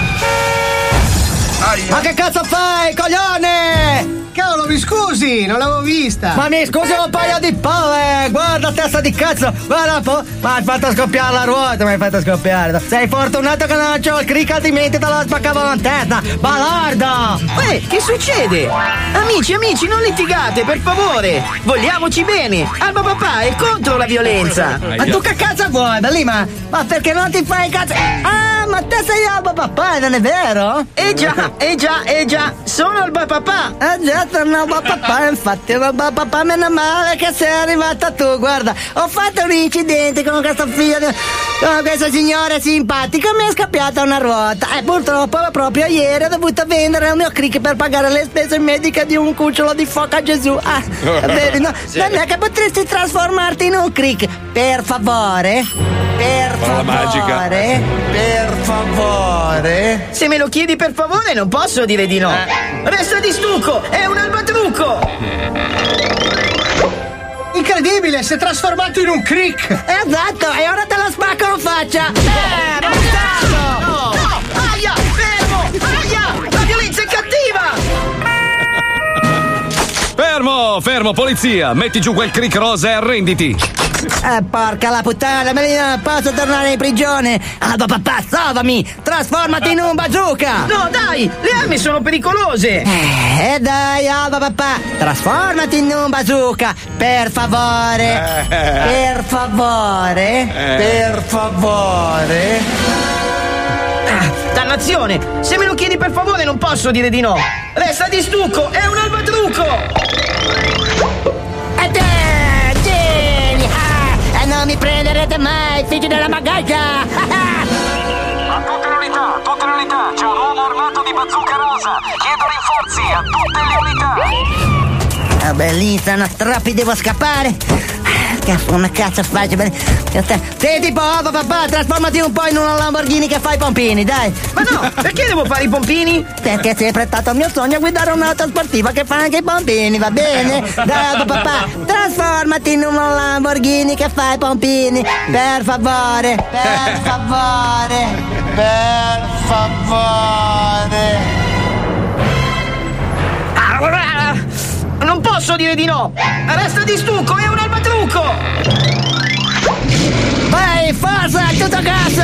Ma che cazzo fai, coglione? Cavolo, mi scusi, non l'avevo vista. Ma mi scusi un paio di palle, guarda testa di cazzo, guarda po'. Ma hai fatto scoppiare la ruota, mi hai fatto scoppiare. Sei fortunato che non c'ho il cric, altrimenti te la spaccavo la testa, balardo! Ehi, che succede? Amici, amici, non litigate, per favore. Vogliamoci bene. Alba papà è contro la violenza. Ma tu che cazzo vuoi, Belima? Ma perché non ti fai cazzo? Ah, ma te sei Alba papà, non è vero? Eh già, eh già, eh già, sono Alba papà. Eh già, sono Alba papà, infatti Alba papà, meno male che sei arrivata tu, guarda. Ho fatto un incidente con questo figlio, di... con questa signora simpatica, mi è scappiata una ruota. E purtroppo proprio ieri ho dovuto vendere il mio cric per pagare le spese mediche di un cucciolo di foca Gesù. Ah, vedi, no? Non è che potresti trasformarti in un cric, per favore? Per Parola magica. favore? Per favore? Se me lo chiedi per favore non posso dire di no. Resta di stucco, è un albatrucco. Incredibile, si è trasformato in un cric. Esatto, e ora te la spacco in faccia. Eh, bastardo! No, no, aia, fermo, aia, la violenza è cattiva. Fermo, fermo, polizia! Metti giù quel cric rosa e arrenditi! Eh, porca la puttana, Melina, posso tornare in prigione? Alba papà, salvami! Trasformati in un bazooka! No, dai, le armi sono pericolose! Eh, dai, Alba papà, trasformati in un bazooka! Per favore! Eh. Per favore! Eh. Per favore! Ah, dannazione! Se me lo chiedi per favore non posso dire di no! Resta di stucco, è un albatrucco! E te, tieni! Ah, e non mi prenderete mai, figli della bagaglia! A tutte le unità, tutte le unità, c'è un uomo armato di bazooka rosa! Chiedo rinforzi a tutte le unità! Vabbè, lì sono troppi, devo scappare! Cazzo, come cazzo faccio? Senti, papà, papà, trasformati un po' in una Lamborghini che fa i pompini, dai! Ma no, perché devo fare i pompini? Perché è sempre stato il mio sogno guidare un'auto sportiva che fa anche i pompini, va bene? Dai, papà, trasformati in una Lamborghini che fa i pompini, per favore, per favore, per favore. Non posso dire di no! Resta di stucco, è un albatrucco! Vai, forza, tutto casa!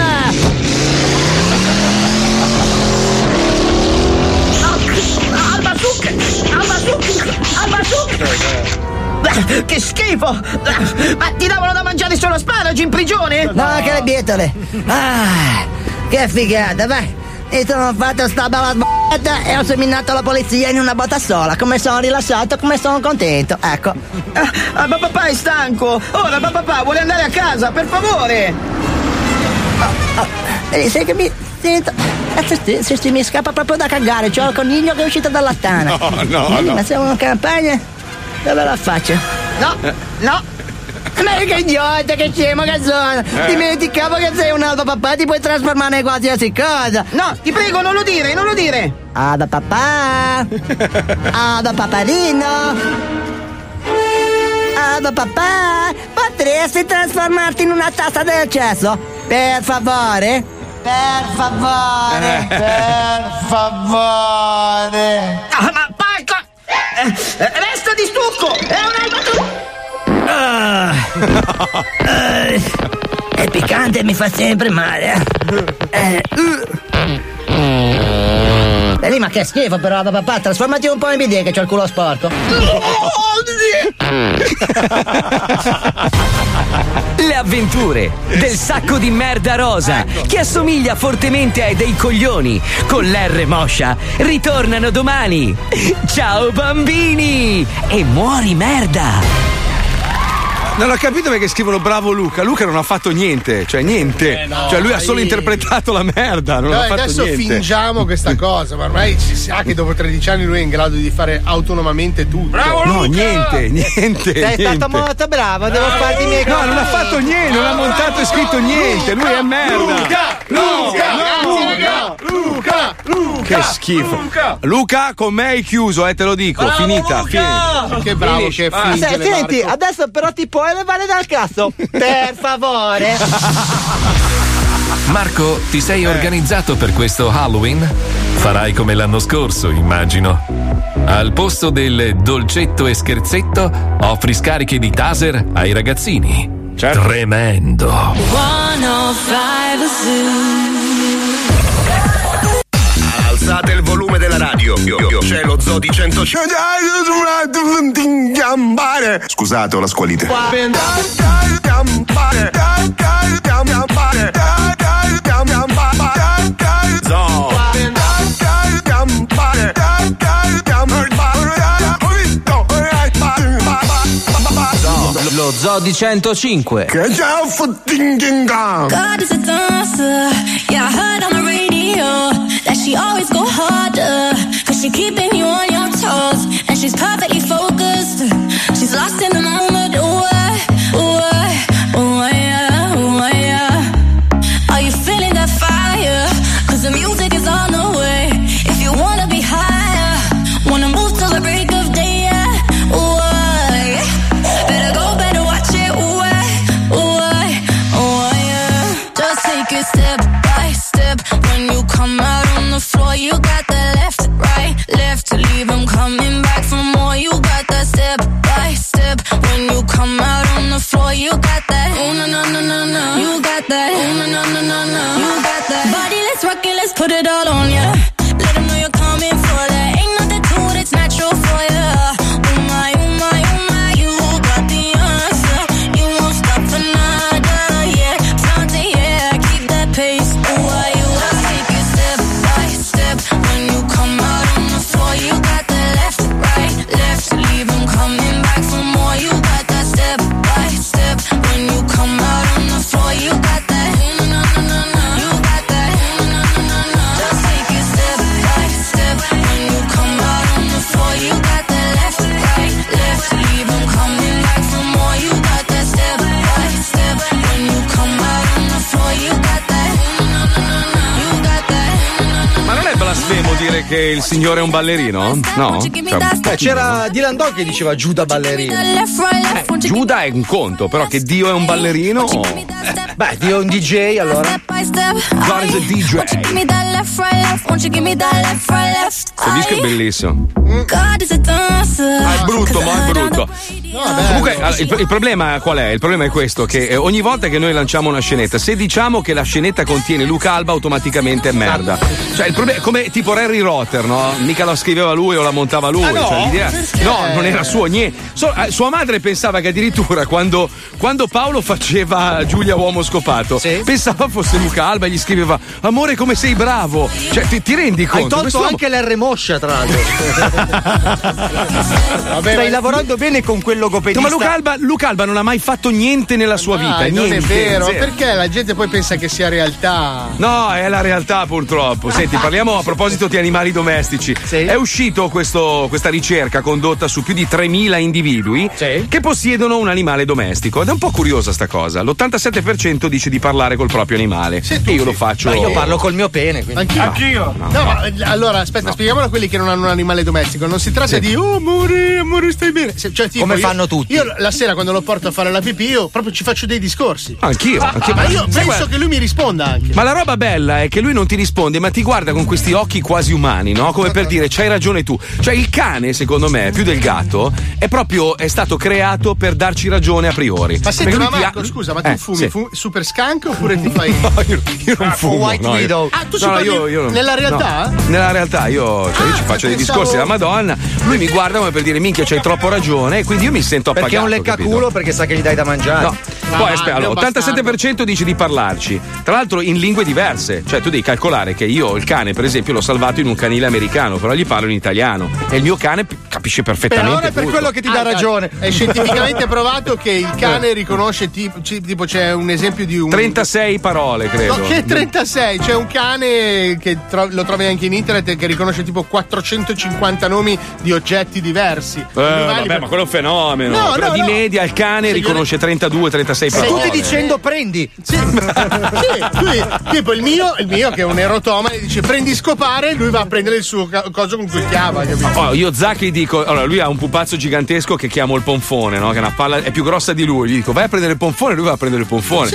Albatrucco! Albatrucco! Albatrucco! Che schifo! Ma ti davano da mangiare solo asparagi in prigione? No, che le bietole! Ah, che figata, vai! E sono fatto sta bella b***a e ho seminato la polizia in una botta sola. Come sono rilassato, come sono contento, ecco. Ah, ah, ma papà è stanco! Ora ma papà vuole andare a casa, per favore! Oh, oh, vedi, sai che mi sento. Cazzo, sì, sì, sì, mi scappa proprio da cagare. C'ho il coniglio che è uscito dalla tana. No, no, no. Ma siamo in campagna? Dove la faccio? No, no! Ma che idiota, che scemo che sono! Eh. Dimenticavo che sei un Alba papà, ti puoi trasformare in qualsiasi cosa! No, ti prego, non lo dire, non lo dire! Alba papà! Alba paparino! Alba papà! Potresti trasformarti in una tazza del cesso? Per favore? Per favore! Eh. Per favore! Ah, ma Marco! Eh, eh, resta di stucco! È un albatrucco! Ah. eh, è piccante e mi fa sempre male. Eh. E lì, ma che schifo però, papà, trasformati un po' in bidet che c'ho il culo sporco. Le avventure del sacco di merda rosa, che assomiglia fortemente ai dei coglioni, con l'R moscia, ritornano domani. Ciao bambini! E muori merda! Non ho capito perché scrivono bravo Luca. Luca non ha fatto niente, cioè niente. Eh no, cioè lui ha solo interpretato la merda. Non no, ha fatto adesso niente. fingiamo questa cosa, ma ormai si sa che dopo tredici anni lui è in grado di fare autonomamente tutto. Bravo no, Luca! niente, niente. Sei niente. stato molto bravo, devo bravo farti i miei No, non ha fatto niente, non ha montato e scritto niente. Lui è merda. Luca, Luca, Luca, Luca, Luca. Che schifo. Luca, Luca con me hai chiuso, eh, te lo dico. Bravo, finita, Luca! finita. Che bravo Finish. Che ah, finge se, Senti, Marco. Adesso però ti puoi levare dal cazzo? Per favore. Marco, ti sei organizzato per questo Halloween? Farai come l'anno scorso, immagino. Al posto del dolcetto e scherzetto, offri scariche di taser ai ragazzini. Certo. Tremendo. Alzate il volume della radio. C'è lo Zoo di centocinque. Scusate, ho la squalite. Lo Zoo di centocinque. God is a dancer. Yeah, I heard on the radio that she always go harder, cause she keeping you on your toes, and she's perfectly focused. She's lost in the moment. Ooh, ooh, ooh, yeah, ooh, yeah. Are you feeling that fire? Cause the music is on the way. If you wanna be higher, wanna move till the break of day, yeah. Ooh, yeah. Better go, better watch it. Ooh, ooh, ooh, yeah. Just take it step by step. When you come out on the floor, you got that left, right, left to leave them coming back for more. You got that step by step. When you come out on the floor, you got that. Oh no no no no no. You got that. Oh no no no no no. You got that. Body, let's rock it, let's put it all on ya. Let them know you're coming for that. Ain't nothing to it, it's natural for ya. Oh my, oh my, oh my. You got the answer. You won't stop for nada. Yeah, flaunt it, yeah. Keep that pace. Oh, why you just take it step by step. When you come out on the floor, you got that left, right, left. Leave them coming back for more. You got that step by step. When you come out on the floor, you got that. No, no, no, no, no. You got that. No, no, no, no, no. Just take it step by step. When you come out on the floor, you got that left, right, left. Leave them coming back for more. You got that step by step. When you come out on the floor, you got that. No, no, no, no, no. You got that. Ma non è blasfemo dire che il signore è un ballerino? No? Cioè, Eh, c'era Dylan Dog che diceva Giuda ballerino. Eh, Giuda è un conto, però che Dio è un ballerino. Eh, beh, Dio è un D J, allora. God is a D J. Questo disco è bellissimo. God is a dancer. Ah, è brutto, ma è brutto. Comunque, il, il problema qual è? Il problema è questo: che eh, ogni volta che noi lanciamo una scenetta, se diciamo che la scenetta contiene Luca Alba, automaticamente è merda. Cioè, il problema è come tipo Harry Rotter, no? Mica la scriveva lui o la montava lui. Ah, no? Cioè, l'idea... no, non era suo niente. So, eh, sua madre pensava che addirittura quando, quando Paolo faceva Giulia uomo scopato, sì, pensava fosse Luca Alba e gli scriveva: amore, come sei bravo. Cioè, ti, ti rendi conto? Hai tolto Quest'uomo... anche l'R Moscia, tra l'altro. Vabbè, stai lavorando bene con quel logopedista. Ma Luca Alba, Luca Alba non ha mai fatto niente nella sua vita. Dai, niente, non è vero, zero. perché la gente poi pensa che sia realtà. No, è la realtà purtroppo. Senti, parliamo a proposito di animali domestici. Sì. È uscito questo, questa ricerca condotta su più di tremila individui, sì, che possiedono un animale domestico. Ed è un po' curiosa sta cosa. L'ottantasette per cento dice di parlare col proprio animale. Sì, e io lo faccio. Ma io parlo col mio pene. Quindi. Anch'io. Anch'io. No, no, ma, allora aspetta, no, spieghiamolo a quelli che non hanno un animale domestico. Non si tratta sì. di oh amore, amore, stai bene. Se, cioè, tipo, come io, fanno tutti. Io la sera quando lo porto a fare la pipì, io proprio ci faccio dei discorsi. Anch'io, anch'io. Ma io Sai penso guarda, che lui mi risponda anche. Ma la roba bella è che lui non ti risponde, ma ti guarda con questi occhi quasi umani, no? Come per dire c'hai ragione tu. Cioè il cane, secondo me, più del gatto, è proprio è stato creato per darci ragione a priori. Ma senti, ma Marco, ha... scusa, ma tu eh, fumi, sì. fumi super skunk oppure ti fai. No, io, io non fumo. White no, Widow. Io... Ah, tu ci no, parli io, io non... nella realtà? No, nella realtà io, cioè, ah, io ci faccio dei pensavo... discorsi della Madonna, lui mi guarda come per dire minchia c'hai troppo ragione e quindi io mi sento appagato. Perché è un leccaculo, capito? perché sa che gli dai da mangiare. No. Ah, Poi aspetta, allora, ottantasette per cento dice di parlarci, tra l'altro in lingue diverse, cioè tu devi calcolare che io il cane per esempio l'ho salvato in un canile americano, però gli parlo in italiano e il mio cane capisce perfettamente. Per ora è per tutto. quello che ti dà ragione. È scientificamente provato che il cane riconosce tipo, tipo c'è un esempio di un trentasei parole credo. No, che trentasei? C'è un cane che tro- lo trovi anche in internet che riconosce tipo quattrocentocinquanta nomi di oggetti diversi. Eh, vabbè, per... ma quello è un fenomeno. No, però no, di no. media il cane Se riconosce viene... trentadue trentasei parole. Stai tutti dicendo prendi. Sì. Sì, lui, tipo il mio, il mio che è un erotomane dice prendi scopare, lui va a prendere il suo ca- coso con cui chiama, capito? Oh, io Zacchi dico, allora lui ha un pupazzo gigantesco che chiamo il ponfone, no? Che è una palla, è più grossa di lui. Gli dico vai a prendere il ponfone, lui va a prendere il ponfone. Sì.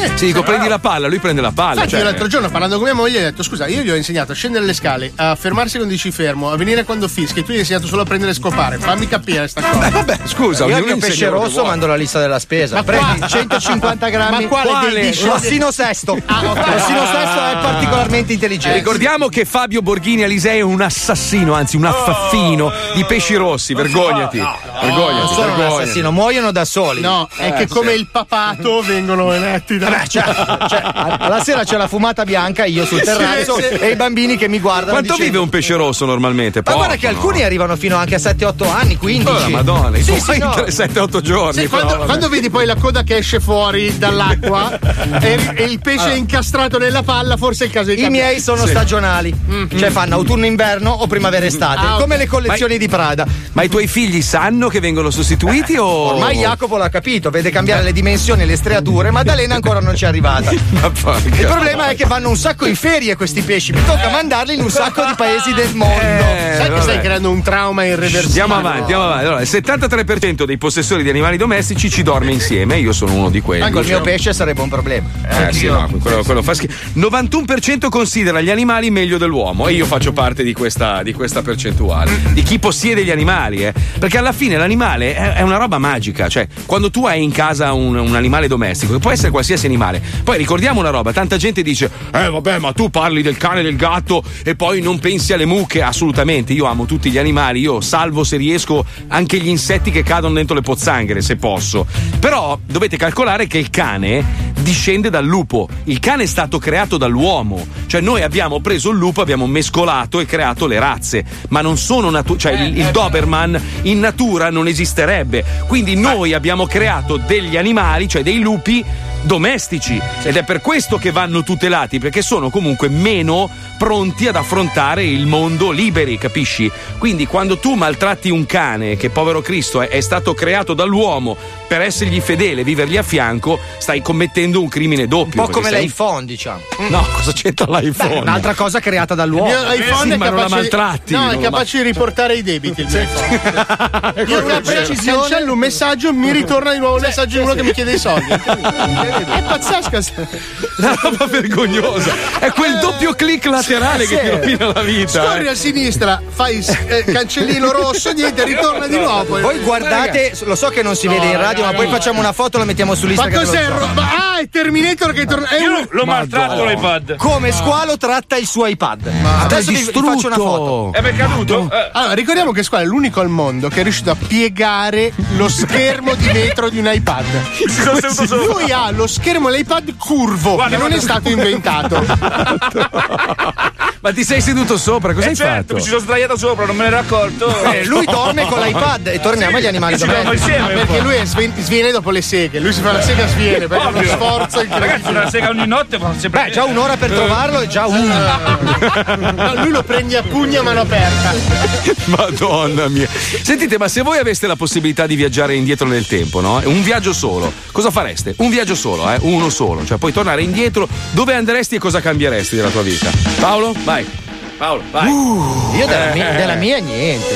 Sì, dico prendi la palla, lui prende la palla. Infatti, Cioè... io l'altro giorno parlando con mia moglie ho detto: scusa, io gli ho insegnato a scendere le scale, a fermarsi quando dici fermo, a venire quando fischi, e tu gli hai insegnato solo a prendere e scopare. Fammi capire sta cosa. Beh, vabbè, scusa, io io il mio pesce rosso mando la lista della spesa. Ma prendi qua- centocinquanta grammi. Ma quale? quale? Dei- dei- Rossino Sesto. Ah, ok. Rossino Sesto è particolarmente intelligente. Ricordiamo che Fabio Borghini Alisei è un assassino, anzi un affaffino di pesci rossi. Vergognati. Vergognati. Non sono un vergognati. assassino, muoiono da soli. No, è Eh, che sì. come il papato vengono eletti da. Beh, cioè, cioè, alla sera c'è la fumata bianca, io sul terrazzo Sì, sì. e i bambini che mi guardano. Quanto dicendo- vive un pesce rosso normalmente? Ma guarda Poco, che no? alcuni arrivano fino anche a sette otto anni, quindici. Oh, la Madonna, i Sì, tuoi sì, no. sette otto giorni. Sì, però, quando, vabbè. quando vedi poi la coda che esce fuori dall'acqua e, e il pesce Allora. è incastrato nella palla, forse è il caso di I cambiare. miei sono Sì. stagionali, cioè fanno autunno-inverno o primavera-estate, Ah, ok. come le collezioni Ma- di Prada. Ma i tuoi figli sanno che vengono sostituiti o. Ormai Jacopo l'ha capito, vede cambiare le dimensioni e le striature, ma Maddalena ancora non ci è arrivata. Ma porca. Il problema è che vanno un sacco in ferie questi pesci, mi tocca mandarli in un sacco di paesi del mondo. Eh, Sai che vabbè. stai creando un trauma irreversibile? Andiamo avanti, andiamo avanti. Allora, il settantatré per cento dei possessori di animali domestici ci dorme insieme, io sono uno di quelli. Anche il mio pesce sarebbe un problema. Eh sì, no, quello, quello fa schifo. novantuno per cento considera gli animali meglio dell'uomo e io faccio parte di questa, di questa percentuale. Di chi possiede gli animali, eh. Perché alla fine l'animale è, è una roba magica. Cioè, quando tu hai in casa un, un animale domestico, che può essere qualsiasi animale, poi ricordiamo una roba, tanta gente dice: Eh vabbè, ma tu parli del cane e del gatto e poi non pensi alle mucche. Assolutamente, io amo tutti gli animali, io salvo se riesco anche gli insetti che cadono dentro le pozzanghere, se posso. Però dovete calcolare che il cane discende dal lupo. Il cane è stato creato dall'uomo, cioè noi abbiamo preso il lupo, abbiamo mescolato e creato le razze, ma non sono natu- cioè il, il Doberman in natura non esisterebbe. Quindi noi abbiamo creato degli animali, cioè dei lupi domestici, ed è per questo che vanno tutelati, perché sono comunque meno pronti ad affrontare il mondo liberi, capisci? Quindi quando tu maltratti un cane che, povero Cristo, è, è stato creato dall'uomo per essergli fedele, vivergli a fianco, stai commettendo un crimine doppio. Un po' come perché sei- l'iPhone, diciamo. No, cosa c'entra l'iPhone? Beh, un'altra cosa creata dall'uomo. Il mio iPhone sì, è ma non la capace, maltratti, no, non è la capace di riportare i debiti. Il mio iPhone. Io una precisione. precisione, cancello un messaggio, mi ritorna di nuovo un messaggio di uno che mi chiede i soldi. È pazzesca. Una roba vergognosa. È quel doppio clic laterale che ti rovina la vita. Scorri eh. a sinistra, fai eh, cancellino rosso, niente, ritorna di nuovo. Poi, Voi guardate, lo so che non si vede in radio, ma poi facciamo una foto e la mettiamo Ma sull'Instagram. cos'è? dello ro- zoo. ma- ah, è Terminator che torna. È un... Lo maltratto l'iPad. Come Squalo tratta il suo iPad. Adesso vi, vi distrutto. faccio una foto. È perché è caduto? Eh. Allora, ricordiamo che Squalo è l'unico al mondo che è riuscito a piegare lo schermo di vetro di un iPad. Si sono seduto sopra. Lui ha lo schermo dell'iPad curvo, Guarda, che non è guarda. stato inventato. Ma ti sei seduto sopra? Cosa Eh hai certo, fatto? mi ci sono sdraiato sopra, non me ne ero accorto. Eh, lui dorme con l'iPad e torniamo agli animali Ci dormo domestici. insieme. Ma perché lui è sven- sviene dopo le seghe. Lui si fa la sega e sviene perché è uno Ovvio. sforzo Ragazzi, incredibile. una sega ogni notte fa sempre. Beh, già un'ora per trovarlo è già uno. No, lui lo prendi a pugni a mano aperta. Madonna mia. Sentite, ma se voi aveste la possibilità di viaggiare indietro nel tempo, no? Un viaggio solo, cosa fareste? Un viaggio solo, eh? Uno solo. Cioè puoi tornare indietro, dove andresti e cosa cambieresti della tua vita? Paolo, vai. Paolo, vai. Io della, mia, della mia niente.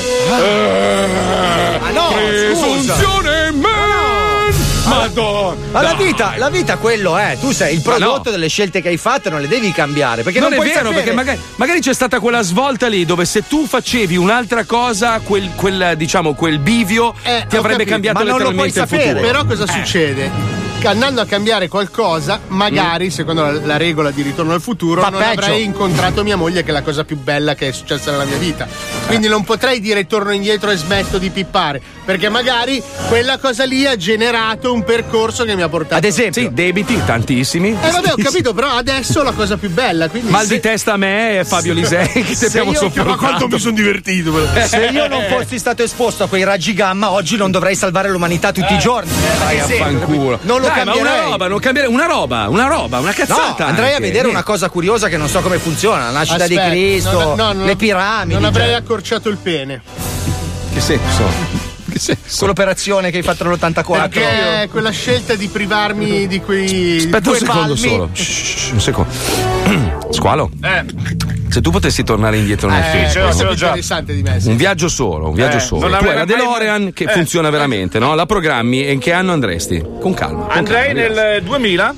Ma no, scusa. Presunzione man! Madonna! Ma la vita, la vita quello è, tu sei il prodotto delle scelte che hai fatto, non le devi cambiare. Perché non, non è puoi vero, sapere. perché magari, magari c'è stata quella svolta lì dove se tu facevi un'altra cosa, quel, quel diciamo, quel bivio Eh, ti ho avrebbe capito, cambiato ma non lo letteralmente puoi il sapere. futuro. Però cosa succede? Andando a cambiare qualcosa, magari, secondo la, la regola di Ritorno al futuro, Va non peggio. avrei incontrato mia moglie, che è la cosa più bella che è successa nella mia vita. Quindi non potrei dire torno indietro e smetto di pippare, perché magari quella cosa lì ha generato un percorso che mi ha portato. Ad esempio, Sì, debiti, tantissimi. Eh vabbè, ho capito, però adesso la cosa più bella. Quindi Mal se- di testa a me e Fabio Lisei che ti se abbiamo io- sopportato. Ma quanto mi sono divertito. se io non fossi stato esposto a quei raggi gamma, oggi non dovrei salvare l'umanità tutti i giorni. Vai a fanculo. Non lo Dai, ma cambierei. una roba, non cambiare una roba, una roba, una No, cazzata. andrei a anche. vedere una cosa curiosa che non so come funziona, la nascita Aspetta, di Cristo, no, no, no, le piramidi. Non avrei cioè, accorciato il pene. Che senso? Che senso? quell'operazione che hai fatto nell'ottantaquattro. Perché quella scelta di privarmi di quei Aspetta un due secondo palmi. solo. Shh, un secondo. Squalo, Eh, se tu potessi tornare indietro nel Eh, tempo, ce l'ho, questo ce è l'ho più già. interessante di me. sì. un viaggio solo, un viaggio Eh, solo. non Tu hai la l'avrei mai- DeLorean che Eh. funziona veramente, no? La programmi e in che anno andresti? Con calma. con andrei calma, nel duemila.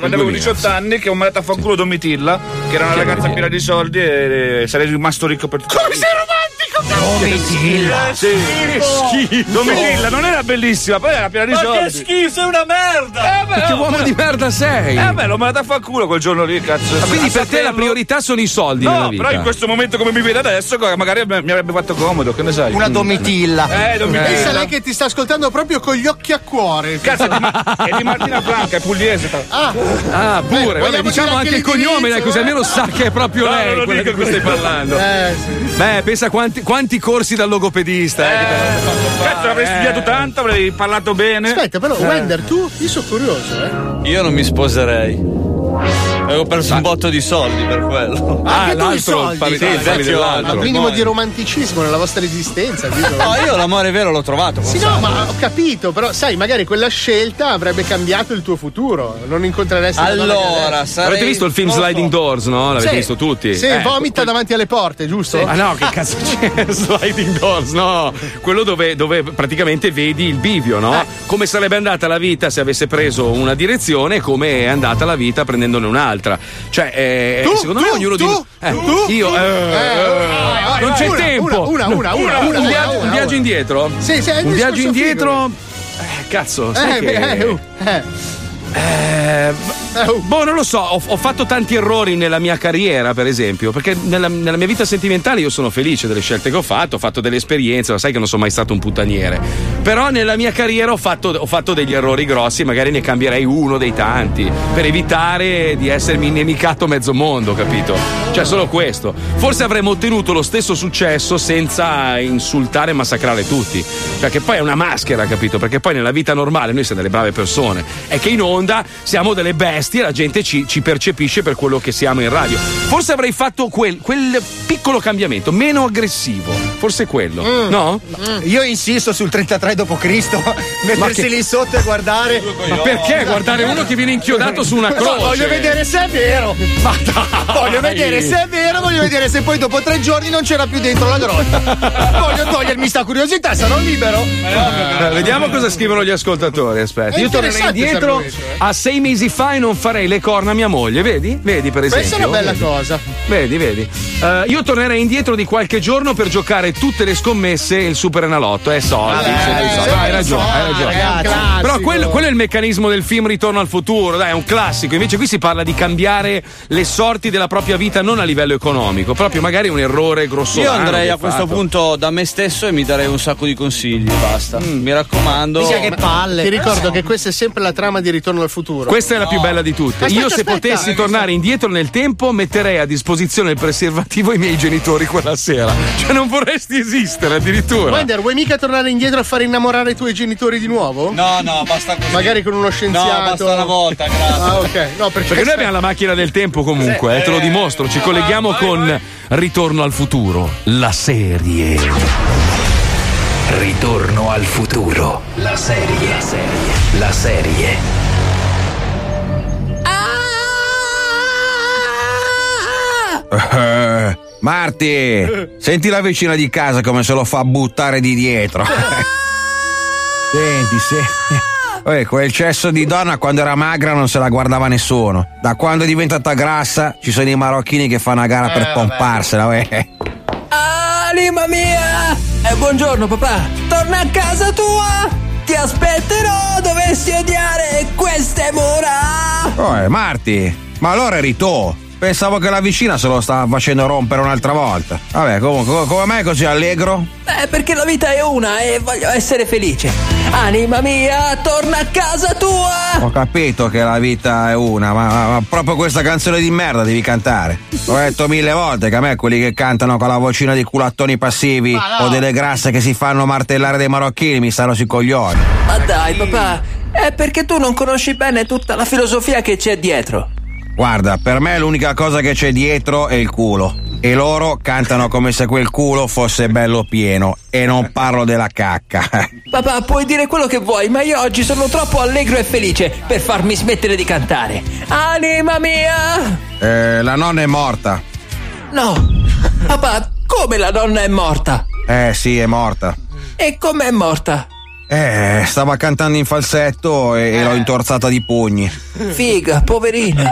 quando avevo diciotto anni, che ho mandato a fanculo Domitilla, che era una ragazza piena di soldi e sarei rimasto ricco per tutto. Come sei romantico, Domitilla? Sì. Schifo. Domitilla non era bellissima, poi era piena di Ma soldi. che schifo, sei una merda! Eh beh, Che oh, uomo beh. di merda sei? Eh beh, l'ho mandato a fanculo quel giorno lì, cazzo. Ma quindi A per te la saperlo- priorità sono i soldi nella No, vita? però in questo momento come mi vede adesso, magari mi avrebbe fatto comodo, che ne sai? Una Domitilla. Eh, Domitilla. Pensa lei che ti sta ascoltando proprio con gli occhi a cuore. Cazzo, è di, Ma- è di Martina Franca, è pugliese. Ah, Ah, pure, Eh, vabbè, vogliamo diciamo dire anche anche il cognome, dai, l'indirizzo, così eh? almeno sa che è proprio No, non lei lo quella dico di cui stai questo. parlando. eh, sì. Beh, pensa quanti, quanti corsi dal logopedista. Eh, che te l'hanno fatto fare. Cazzo, avrei Eh. studiato tanto, avrei parlato bene. Aspetta, però, Wender, tu, io sono curioso, eh. Io non mi sposerei. Avevo perso un botto di soldi per quello. Ah, Anche tu i l'altro, soldi? parli, Sì, il parli vecchio dell'altro. Un minimo di romanticismo nella vostra esistenza. dico. No, io l'amore vero l'ho trovato. Sì, no, ma ho capito, però sai, magari quella scelta avrebbe cambiato il tuo futuro. Non incontreresti la donna che Allora, adesso. sarei... Avete visto il film non lo so. Sliding Doors, no? L'avete Sì. visto tutti? Sì, Eh, vomita que- davanti alle porte, giusto? Ah no, che cazzo c'è? Sliding Doors, no. Quello dove, dove praticamente vedi il bivio, no? Eh. Come sarebbe andata la vita se avesse preso una direzione e come è andata la vita prendendone un'altra. Cioè, eh, Tu, secondo tu, me ognuno tu, di eh, tu, io tu. eh, Eh, eh, vai, non vai, c'è una, tempo. una, una, una, una, un, una, viaggio, una, un viaggio una. indietro? Sì, sì, è un un viaggio discorso indietro. Eh, cazzo, sai Eh, che eh, uh, eh. Eh, boh, non lo so, ho, ho fatto tanti errori nella mia carriera, per esempio, perché nella, nella mia vita sentimentale io sono felice delle scelte che ho fatto, ho fatto delle esperienze, ma sai che non sono mai stato un puttaniere. Però nella mia carriera ho fatto, ho fatto degli errori grossi, magari ne cambierei uno dei tanti, per evitare di essermi inimicato mezzo mondo, capito? Cioè, solo questo. Forse avremmo ottenuto lo stesso successo senza insultare e massacrare tutti. Cioè, che poi è una maschera, capito? Perché poi nella vita normale noi siamo delle brave persone. È che in onda siamo delle bestie e la gente ci, ci percepisce per quello che siamo in radio. Forse avrei fatto quel, quel piccolo cambiamento, meno aggressivo. Forse quello. Mm. No? Mm. Io insisto sul trentatré dopo Cristo, mettersi che- lì sotto e guardare. Ma perché guardare uno che viene inchiodato su una No, croce? voglio vedere se è vero. Ma dai! Voglio vedere se è vero, voglio vedere se poi dopo tre giorni non c'era più dentro la grotta. Voglio togliermi sta curiosità, sarò libero. Eh, vediamo cosa scrivono gli ascoltatori. Aspetta, È io tornerei interessante indietro questo argomento, a sei mesi fa e non farei le corna a mia moglie. Vedi? Vedi, per esempio. Questa è una bella Vedi? cosa. Vedi, vedi. Eh, io tornerei indietro di qualche giorno per giocare tutte le scommesse e il Super Enalotto. Eh, soldi. Vabbè, sempre i soldi. sempre Hai i ragione, hai soldi, ragione. ragazzi. È un classico. Però quello, quello è il meccanismo del film Ritorno al futuro. Dai, è un classico. Invece qui si parla di cambiare le sorti della propria vita non a livello economico, proprio magari un errore grossolano. Io andrei che a hai questo fatto. punto da me stesso e mi darei un sacco di consigli. Basta. Mi raccomando. Mica che palle. Ti ricordo che questa è sempre la trama di Ritorno al futuro. Questa è la più bella di tutte. Aspetta, Io, se aspetta. potessi tornare indietro nel tempo, metterei a disposizione il preservativo ai miei genitori quella sera. Cioè, non vorresti esistere addirittura. Wender, vuoi mica tornare indietro a far innamorare i tuoi genitori di nuovo? No, no, basta così. Magari con uno scienziato. No, basta una volta, grazie. Ah, ok. No, perché, Perché noi abbiamo la macchina del tempo comunque, Sì. eh, te lo dimostro. Ci colleghiamo vai, con vai. Ritorno al futuro, la serie. Ritorno al futuro. La serie. La serie. La serie. Eh, Marti, senti la vicina di casa come se lo fa buttare di dietro. Senti, se. Eh, quel cesso di donna quando era magra non se la guardava nessuno. Da quando è diventata grassa ci sono i marocchini che fanno a gara per Eh, pomparsela. Eh. Anima mia! E buongiorno papà! Torna a casa tua! Ti aspetterò, dovessi odiare queste mura! Oh, eh, Marti, ma allora eri tu. Pensavo che la vicina se lo stava facendo rompere un'altra volta. Vabbè, comunque, co- come mai così allegro? Eh, perché la vita è una e voglio essere felice. Anima mia, torna a casa tua! Ho capito che la vita è una, ma, ma- ma proprio questa canzone di merda devi cantare. L'ho detto mille volte che a me quelli che cantano con la vocina di culattoni passivi Ma no. o delle grasse che si fanno martellare dei marocchini mi stanno sui coglioni. Ma dai papà, è perché tu non conosci bene tutta la filosofia che c'è dietro. Guarda, per me l'unica cosa che c'è dietro è il culo. E loro cantano come se quel culo fosse bello pieno. E non parlo della cacca. Papà, puoi dire quello che vuoi, ma io oggi sono troppo allegro e felice per farmi smettere di cantare. Anima mia! Eh, la nonna è morta. No! Papà, come la donna è morta? Eh sì, è morta. E com'è morta? Eh, stava cantando in falsetto e, e l'ho intorzata di pugni. Figa, poverina.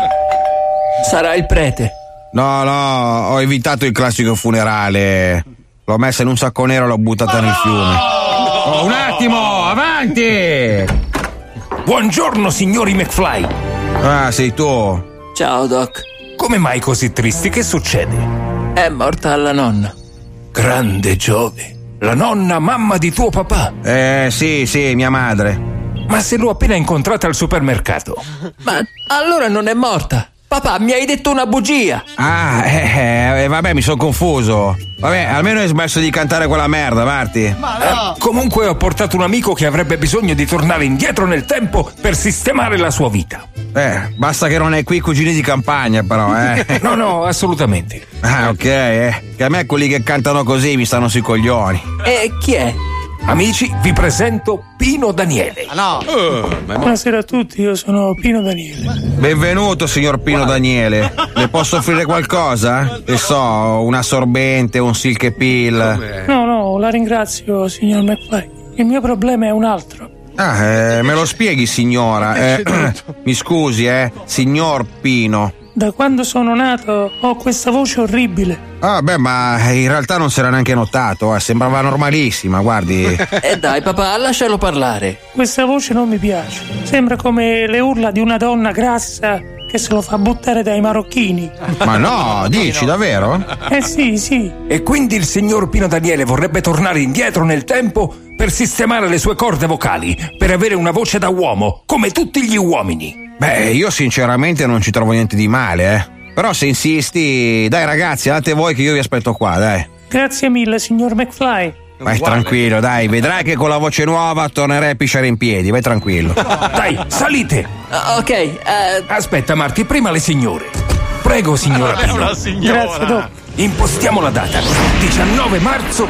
Sarà il prete. No, no, ho evitato il classico funerale. L'ho messa in un sacco nero e l'ho buttata nel fiume. Oh, un attimo, avanti! Buongiorno, signori McFly. Ah, sei tu. Ciao, Doc. Come mai così tristi? Che succede? È morta la nonna. Grande Giove. La nonna, mamma di tuo papà. Eh, sì, sì, mia madre. Ma se l'ho appena incontrata al supermercato. Ma allora non è morta. Papà, mi hai detto una bugia. Ah, eh, eh vabbè, mi sono confuso. Vabbè, almeno hai smesso di cantare quella merda, Marti. Ma no. Eh, comunque ho portato un amico che avrebbe bisogno di tornare indietro nel tempo per sistemare la sua vita. Eh, basta che non hai qui cugini di campagna, però, eh. No, no, assolutamente. Ah, ok, eh. Che a me quelli che cantano così mi stanno sui coglioni. E chi è? Amici, vi presento Pino Daniele. Ah, no. Uh, Buonasera a tutti, io sono Pino Daniele. Benvenuto, signor Pino Daniele. Le posso offrire qualcosa? Che so, un assorbente, un silk pill. No, no, la ringrazio, signor McFly. Il mio problema è un altro. Ah, eh, me lo spieghi, signora? Eh, mi scusi, eh, signor Pino. Da quando sono nato ho questa voce orribile. Ah, beh, ma in realtà non si era neanche notato, eh, sembrava normalissima, guardi. Eh dai, papà, lascialo parlare. Questa voce non mi piace. Sembra come le urla di una donna grassa che se lo fa buttare dai marocchini. Ma no, dici davvero? Eh sì, sì. E quindi il signor Pino Daniele vorrebbe tornare indietro nel tempo per sistemare le sue corde vocali, per avere una voce da uomo, come tutti gli uomini. Beh, io sinceramente non ci trovo niente di male, eh. Però se insisti, dai ragazzi, andate voi che io vi aspetto qua, dai. Grazie mille, signor McFly. Vai tranquillo, dai, vedrai che con la voce nuova tornerai a pisciare in piedi, vai tranquillo. Dai, salite. Uh, ok. Uh... Aspetta, Marti, prima le signore. Prego, signora Pino. Grazie, Doc. Impostiamo la data. diciannove marzo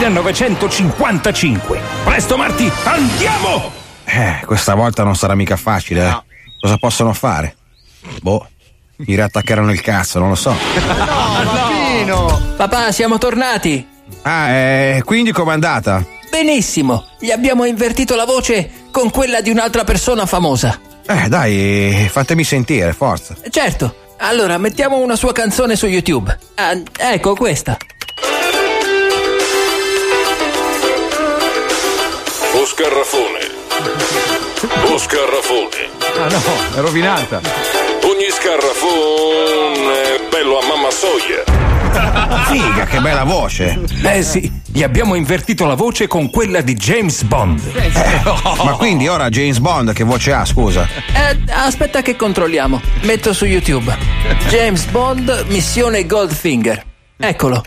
millenovecentocinquantacinque. Presto, Marti, andiamo! Eh, questa volta non sarà mica facile, eh. Cosa possono fare? Boh, mi riattaccheranno il cazzo, non lo so. No, Pino! Papà, siamo tornati. Ah, eh, quindi com'è andata? Benissimo, gli abbiamo invertito la voce con quella di un'altra persona famosa. Eh, dai, fatemi sentire, forza. Certo, allora mettiamo una sua canzone su YouTube. Ah, ecco questa. O scarrafone. O scarrafone. Ah no, è rovinata. Ogni scarrafone è bello a mamma Sawyer. Figa, che bella voce. Eh sì, gli abbiamo invertito la voce con quella di James Bond. Eh, ma quindi ora James Bond che voce ha, scusa? Eh, aspetta che controlliamo. Metto su YouTube. James Bond, missione Goldfinger. Eccolo.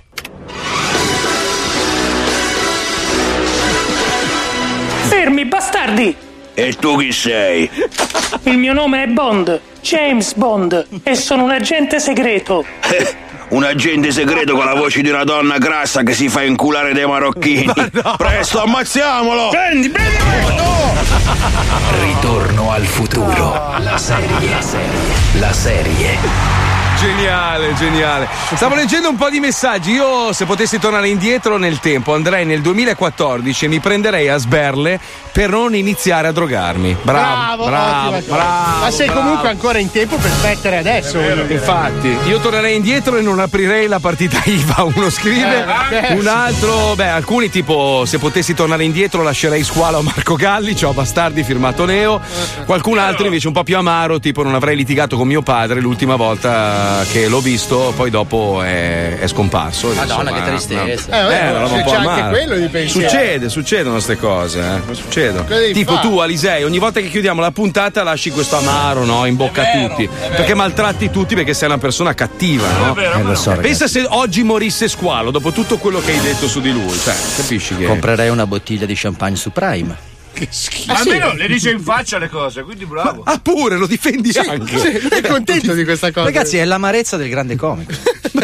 Fermi, bastardi! E tu chi sei? Il mio nome è Bond, James Bond, e sono un agente segreto. Un agente segreto con la voce di una donna grassa che si fa inculare dai marocchini. No. Presto, ammazziamolo! Prendi, prendi questo! Ritorno al futuro. La serie, la serie, la serie. Geniale, geniale. Stavo leggendo un po' di messaggi. Io, se potessi tornare indietro nel tempo, andrei nel duemilaquattordici e mi prenderei a sberle per non iniziare a drogarmi. Bravo, bravo, bravo, bravo. Ma sei bravo. comunque ancora in tempo per smettere adesso. Vero, infatti, io tornerei indietro e non aprirei la partita I V A. Uno scrive, eh, un altro, beh, alcuni tipo, se potessi tornare indietro lascerei squalo a Marco Galli, ciao bastardi, firmato Neo. Qualcun altro invece un po' più amaro, tipo non avrei litigato con mio padre l'ultima volta che l'ho visto, poi dopo è, è scomparso. Madonna, insomma, che tristezza. no. Eh, eh, c'è, c'è anche quello di pensiero. Succede, succedono queste cose, eh. Succedono. Tipo fare? tu, Alisei, ogni volta che chiudiamo la puntata lasci questo amaro, no? In bocca a tutti. Perché maltratti tutti perché sei una persona cattiva, no? vero, eh, lo so, Pensa se oggi morisse Squalo dopo tutto quello che hai detto su di lui. Cioè, capisci che. Comprerei una bottiglia di champagne su Prime. Che schifo. Ma almeno le dice in faccia le cose, quindi bravo. Ah, pure, lo difendi sì, anche. Sì, è contento di questa cosa. Ragazzi, è l'amarezza del grande comico.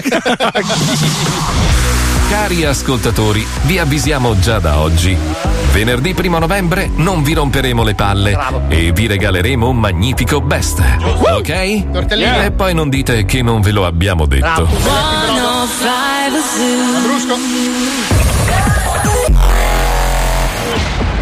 Cari ascoltatori, vi avvisiamo già da oggi. Venerdì primo novembre non vi romperemo le palle Bravo. e vi regaleremo un magnifico best. Ok? Tortellini. E poi non dite che non ve lo abbiamo detto.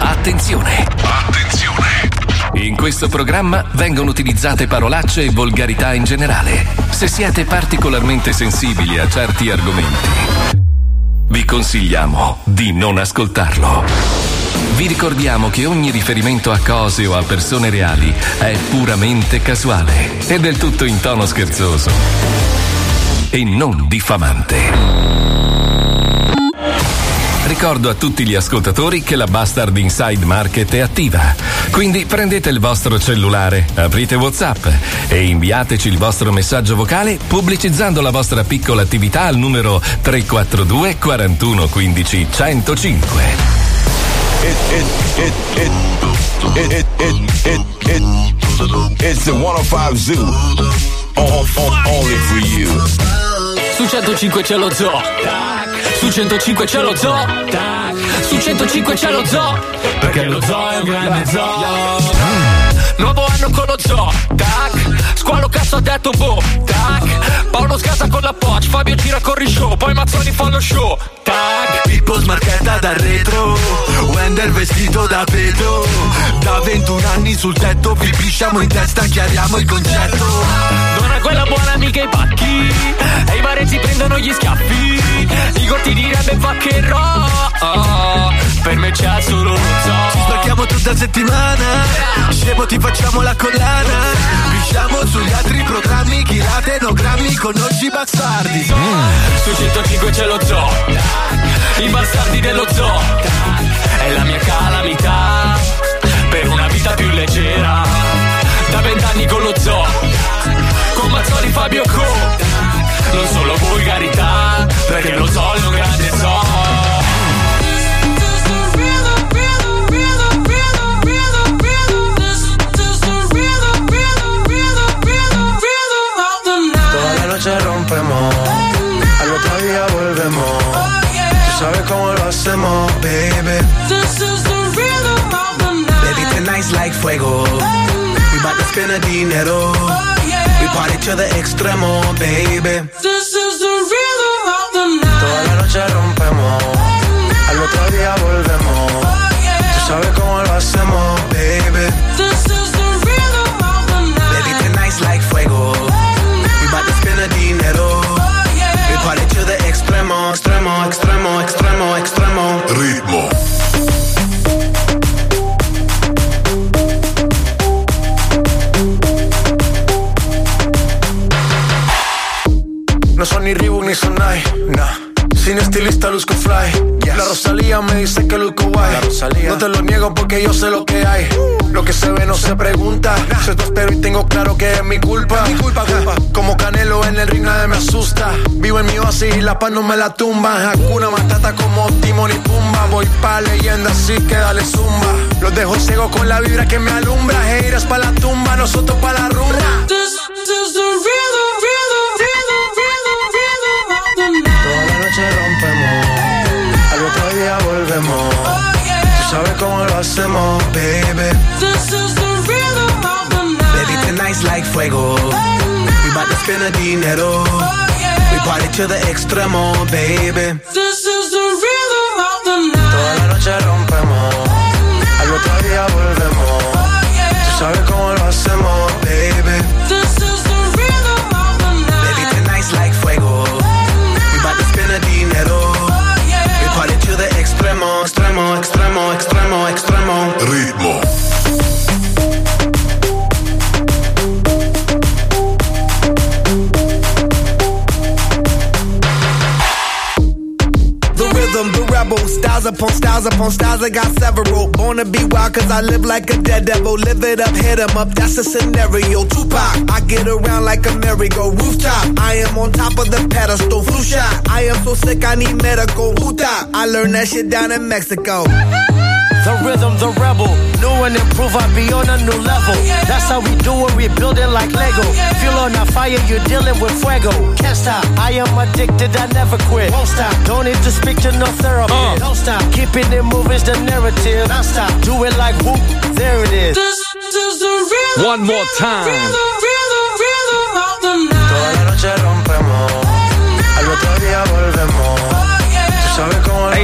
Attenzione! Attenzione! In questo programma vengono utilizzate parolacce e volgarità in generale. Se siete particolarmente sensibili a certi argomenti, vi consigliamo di non ascoltarlo. Vi ricordiamo che ogni riferimento a cose o a persone reali è puramente casuale e del tutto in tono scherzoso e non diffamante. Ricordo a tutti gli ascoltatori che la Bastard Inside Market è attiva, quindi prendete il vostro cellulare, aprite WhatsApp e inviateci il vostro messaggio vocale pubblicizzando la vostra piccola attività al numero tre quattro due quarantuno quindici centocinque. It, it, it, it, it, it, it, it, it, it's the centocinque Zoo. On, on, only for you. Su centocinque c'è lo zoo. Su centocinque c'è lo zoo. Su centocinque c'è lo zoo. Perché lo zoo è un grande zoo. Nuovo anno con lo zoo. Tac. Squalo cazzo ha detto boh. Tac. Paolo scasa con la Poch. Fabio gira con il show. Poi Mazzoni fa lo show. Tac. Pippo smarchetta dal retro. Wender vestito da Pedro. Da ventuno anni sul tetto. Vi pisciamo in testa, chiariamo il concetto. Donna quella buona amica i pacchi. E i barezzi prendono gli schiaffi. Igor ti direbbe vaccherò. Oh, per me c'è solo lo zoo. Ci sbarchiamo tutta settimana. Scemo ti facciamo la collana. Pisciamo sugli altri programmi. Chilate no grammi con oggi bastardi. mm. Su centocinque c'è lo zoo. I bastardi dello zoo. È la mia calamità. Per una vita più leggera. Da vent'anni con lo zoo. Con Mazzoli, Fabio Co. Non solo volgarità, perché lo zoo è un grande zoo. Toda la noche rompemos, al otro día volvemos. Tú sabes cómo lo hacemos, baby. Baby, tonight's like fuego. We bout to spend a dinero. We party to the extremo, baby. This is the rhythm of the night. Toda la noche rompemos, al otro día volvemos. Tú sabes cómo lo hacemos, baby. This is the rhythm of the night. Baby, tonight's like fuego. We bout to spend a dinero. We party to the extremo, extremo, extremo, extremo, extremo. Ritmo. No son ni Reebok ni Sonai, nah. Sin estilista luzco fly. Yes. La Rosalía me dice que luzco guay. No te lo niego porque yo sé lo que hay. Lo que se ve no se pregunta. Nah. Soy tostero y tengo claro que es mi culpa. Es mi culpa, culpa. Como Canelo en el ring nadie me asusta. Vivo en mi oasis y la paz no me la tumba. Hakuna Matata como Timon y Pumba. Voy pa' leyenda así que dale zumba. Los dejo ciego con la vibra que me alumbra. Haters pa' la tumba, nosotros pa' la rumba. This is the rhythm, rhythm, rhythm, rhythm, rhythm of the night. Toda la noche rompemos, al otro día volvemos. Oh, yeah. Tú sabes cómo lo hacemos, baby. This is the rhythm of the night. Baby, tonight's like fuego. We bout to spend a dinero. Oh, yeah. We party to the extremo, baby. This is the rhythm of the night. Toda la noche rompemos, al otro día volvemos. Oh, yeah. Tú sabes cómo lo hacemos, baby. This is the rhythm of the night. Baby, tonight's like fuego. We bout to spend a dinero. Oh, yeah. We party to the extremo, extremo, extremo, extremo, extremo. Ritmo. The rebel, styles upon styles upon styles, I got several. Born to be wild cause I live like a dead devil. Live it up, hit 'em up, that's the scenario. Tupac, I get around like a merry-go rooftop. I am on top of the pedestal, flu shot. I am so sick I need medical. Hootah, I learned that shit down in Mexico. The rhythm, the rebel. New and improve, I be on a new level. That's how we do it, we build it like Lego. Feel on a fire, you're dealing with fuego. Can't stop, I am addicted, I never quit. Won't stop, don't need to speak to no therapist. Uh. Don't stop, keeping it moving's the narrative. Non stop, do it like whoop, there it is. This is the rhythm. One more time. Rhythm, rhythm, rhythm of the night. Toda la noche rompemos, al otro día volvemos. Oh, yeah. Tú sabes cómo lo È inutile che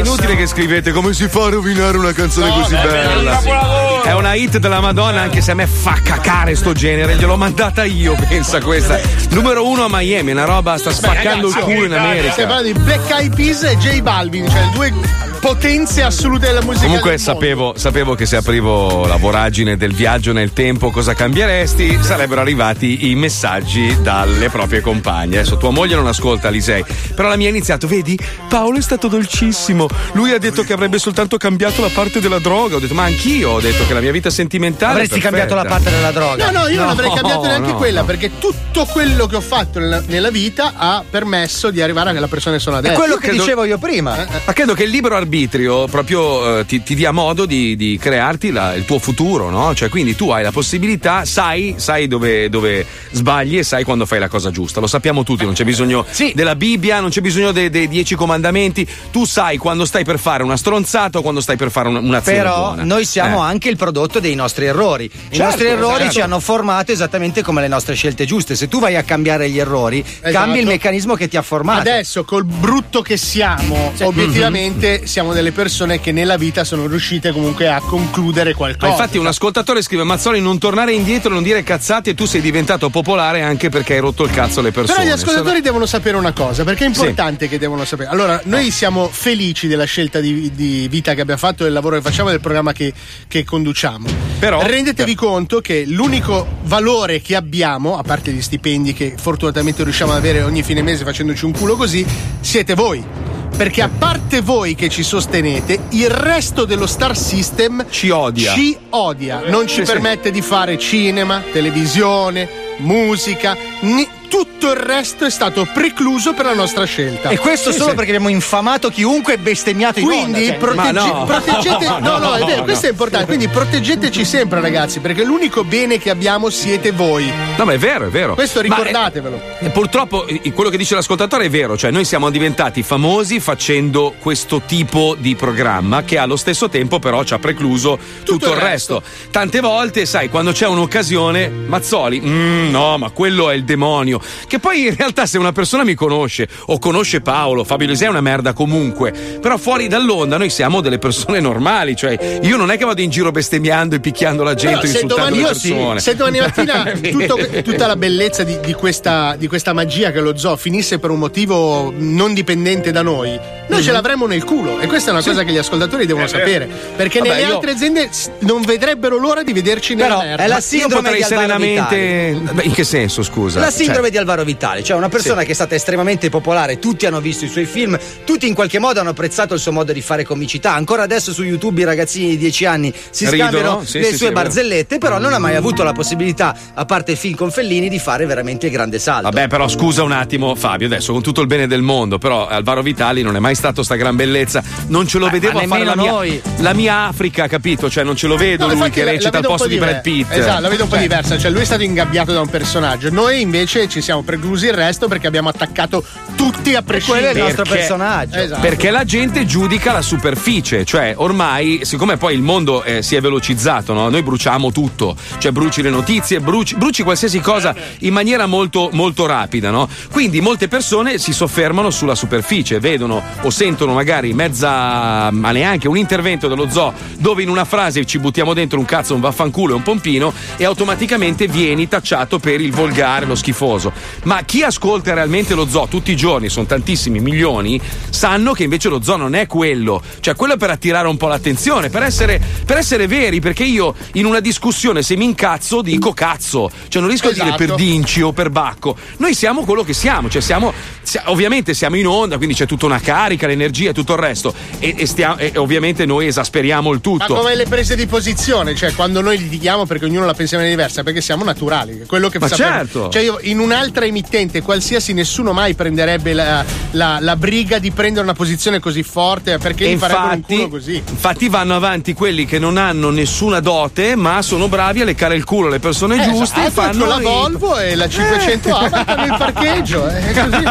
che scrivete come si fa a rovinare una canzone No, così è bella. un capolavoro. È una hit della Madonna, anche se a me fa cacare sto genere, gliel'ho mandata io, pensa questa. Numero uno a Miami, una roba sta spaccando Beh, ragazzi, il culo in America. Stiamo parlando di Black Eyed Peas e J Balvin, cioè due potenze assolute della musica. Comunque del mondo. sapevo, sapevo che se aprivo la voragine del viaggio nel tempo cosa cambieresti, sarebbero arrivati i messaggi dalle proprie compagne. Adesso tua moglie non ascolta Lisei, però la mia ha iniziato, vedi, Paolo è stato dolcissimo, lui ha detto che avrebbe soltanto cambiato la parte della droga, ho detto ma anch'io ho detto che la mia vita sentimentale Avresti è perfetta. cambiato la parte della droga? No, no, io non avrei cambiato neanche no, quella, no. perché tutto quello che ho fatto nella, nella vita ha permesso di arrivare alla persona che sono adesso. È quello che credo- dicevo io prima. Ma credo che il libero arbitrio proprio eh, ti, ti dia modo di, di crearti la- il tuo futuro, no? Cioè, quindi tu hai la possibilità, sai, sai dove, dove sbagli e sai quando fai la cosa giusta. Lo sappiamo tutti, non c'è bisogno della Bibbia, non c'è bisogno dei, dei dieci comandamenti. Tu sai quando stai per fare una stronzata o quando stai per fare una, un'azione Però buona. noi siamo Eh. anche il prodotto dei nostri errori. I Certo, nostri errori certo. ci hanno formato esattamente come le nostre scelte giuste. Se tu vai a cambiare gli errori, cambi il meccanismo che ti ha formato. Adesso, col brutto che siamo, Sì. obiettivamente siamo delle persone che nella vita sono riuscite comunque a concludere qualcosa. Ma infatti un ascoltatore scrive Mazzoli non tornare indietro, non dire cazzate e tu sei diventato popolare anche perché hai rotto il cazzo alle persone. Però gli ascoltatori devono sapere una cosa, perché è importante Sì. che devono sapere. Allora, noi siamo felici della scelta di, di vita che abbiamo fatto, del lavoro che facciamo, del programma che, che conduciamo. Però rendetevi conto che l'unico valore che abbiamo, a parte gli stipendi che fortunatamente riusciamo ad avere ogni fine mese facendoci un culo così, siete voi. Perché a parte voi che ci sostenete, il resto dello Star System ci odia. Ci odia. Non ci Sì, sì. permette di fare cinema, televisione, musica, ni- tutto il resto è stato precluso per la nostra scelta. E questo Sì, solo sì. perché abbiamo infamato chiunque e bestemmiato in onda. Quindi cioè. protegge- Ma no. proteggete. No, no, è vero, questo è importante. Quindi proteggeteci sempre, ragazzi, perché l'unico bene che abbiamo siete voi. No, ma è vero, è vero. Questo Ma, ricordatevelo. eh, purtroppo eh, quello che dice l'ascoltatore è vero, cioè noi siamo diventati famosi facendo questo tipo di programma che allo stesso tempo però ci ha precluso tutto, il resto. Tante volte, sai, quando c'è un'occasione, Mazzoli, "Mm, no, ma quello è il demonio. Che poi in realtà se una persona mi conosce o conosce Paolo, Fabio Lisei è una merda comunque, però fuori dall'onda noi siamo delle persone normali, cioè io non è che vado in giro bestemmiando e picchiando la gente, Però se insultando domani, le io sì, persone. se domani mattina tutto- tutta la bellezza di, di questa, di questa magia che lo zoo finisse per un motivo non dipendente da noi, noi Mhm. ce l'avremmo nel culo. E questa è una Sì. cosa che gli ascoltatori devono Eh, beh. sapere. Perché Vabbè, nelle io- altre aziende s- non vedrebbero l'ora di vederci nella Però merda. è la Ma io sindrome potrei di Alvaro serenamente. Beh, in che senso, scusa? La sindrome Cioè, di Alvaro Vitale, cioè una persona Sì. che è stata estremamente popolare, tutti hanno visto i suoi film, tutti in qualche modo hanno apprezzato il suo modo di fare comicità. Ancora adesso su YouTube i ragazzini di dieci anni si Ridono, scambiano sì, le sì, sue sì, è vero. barzellette, però non ha mai avuto la possibilità, a parte il film con Fellini, di fare veramente il grande salto. Vabbè, però scusa un attimo, Fabio, adesso con tutto il bene del mondo, però Alvaro Vitali non è mai stato sta gran bellezza. Non ce lo vedevo ma a fare la nemmeno mia, noi. la mia Africa, capito? Cioè, non ce lo vedo No, lui infatti che la- recita la al vedo un posto po' di Brad diver- Pitt. Esatto, la vedo un po' Cioè, diversa. Cioè, lui è stato ingabbiato da un personaggio. Noi invece ci siamo preclusi il resto perché abbiamo attaccato tutti a prescindere. Esatto. Perché la gente giudica la superficie, cioè ormai, siccome poi il mondo eh, si è velocizzato, no? Noi bruciamo tutto, cioè bruci le notizie, bruci, bruci qualsiasi cosa in maniera molto, molto rapida, no? Quindi molte persone si soffermano sulla superficie, vedono o sentono magari mezza, ma neanche un intervento dello zoo dove in una frase ci buttiamo dentro un cazzo, un vaffanculo e un pompino e automaticamente vieni tacciato per il volgare, lo schifoso. Ma chi ascolta realmente lo zoo tutti i giorni, sono tantissimi milioni, sanno che invece lo zoo non è quello, cioè quello è per attirare un po' l'attenzione, per essere, per essere veri, perché io in una discussione se mi incazzo dico cazzo, cioè non riesco Esatto. a dire per Dinci o per Bacco, noi siamo quello che siamo, cioè siamo, si- ovviamente siamo in onda, quindi c'è tutta una carica, l'energia e tutto il resto e, e, stiamo, e ovviamente noi esasperiamo il Ma tutto. come le prese di posizione, cioè quando noi litighiamo perché ognuno la pensa in maniera diversa, perché siamo naturali. Quello che Ma sappiamo- certo. Cioè io in un'altra emittente qualsiasi nessuno mai prenderebbe la, la- la briga di prendere una posizione così forte perché E gli farebbero un infatti, culo così. infatti vanno avanti quelli che non hanno nessuna dote ma sono bravi a leccare il culo alle persone Eh, giuste e esatto, fanno con la i- Volvo e la cinquecento A vanno il parcheggio, è così.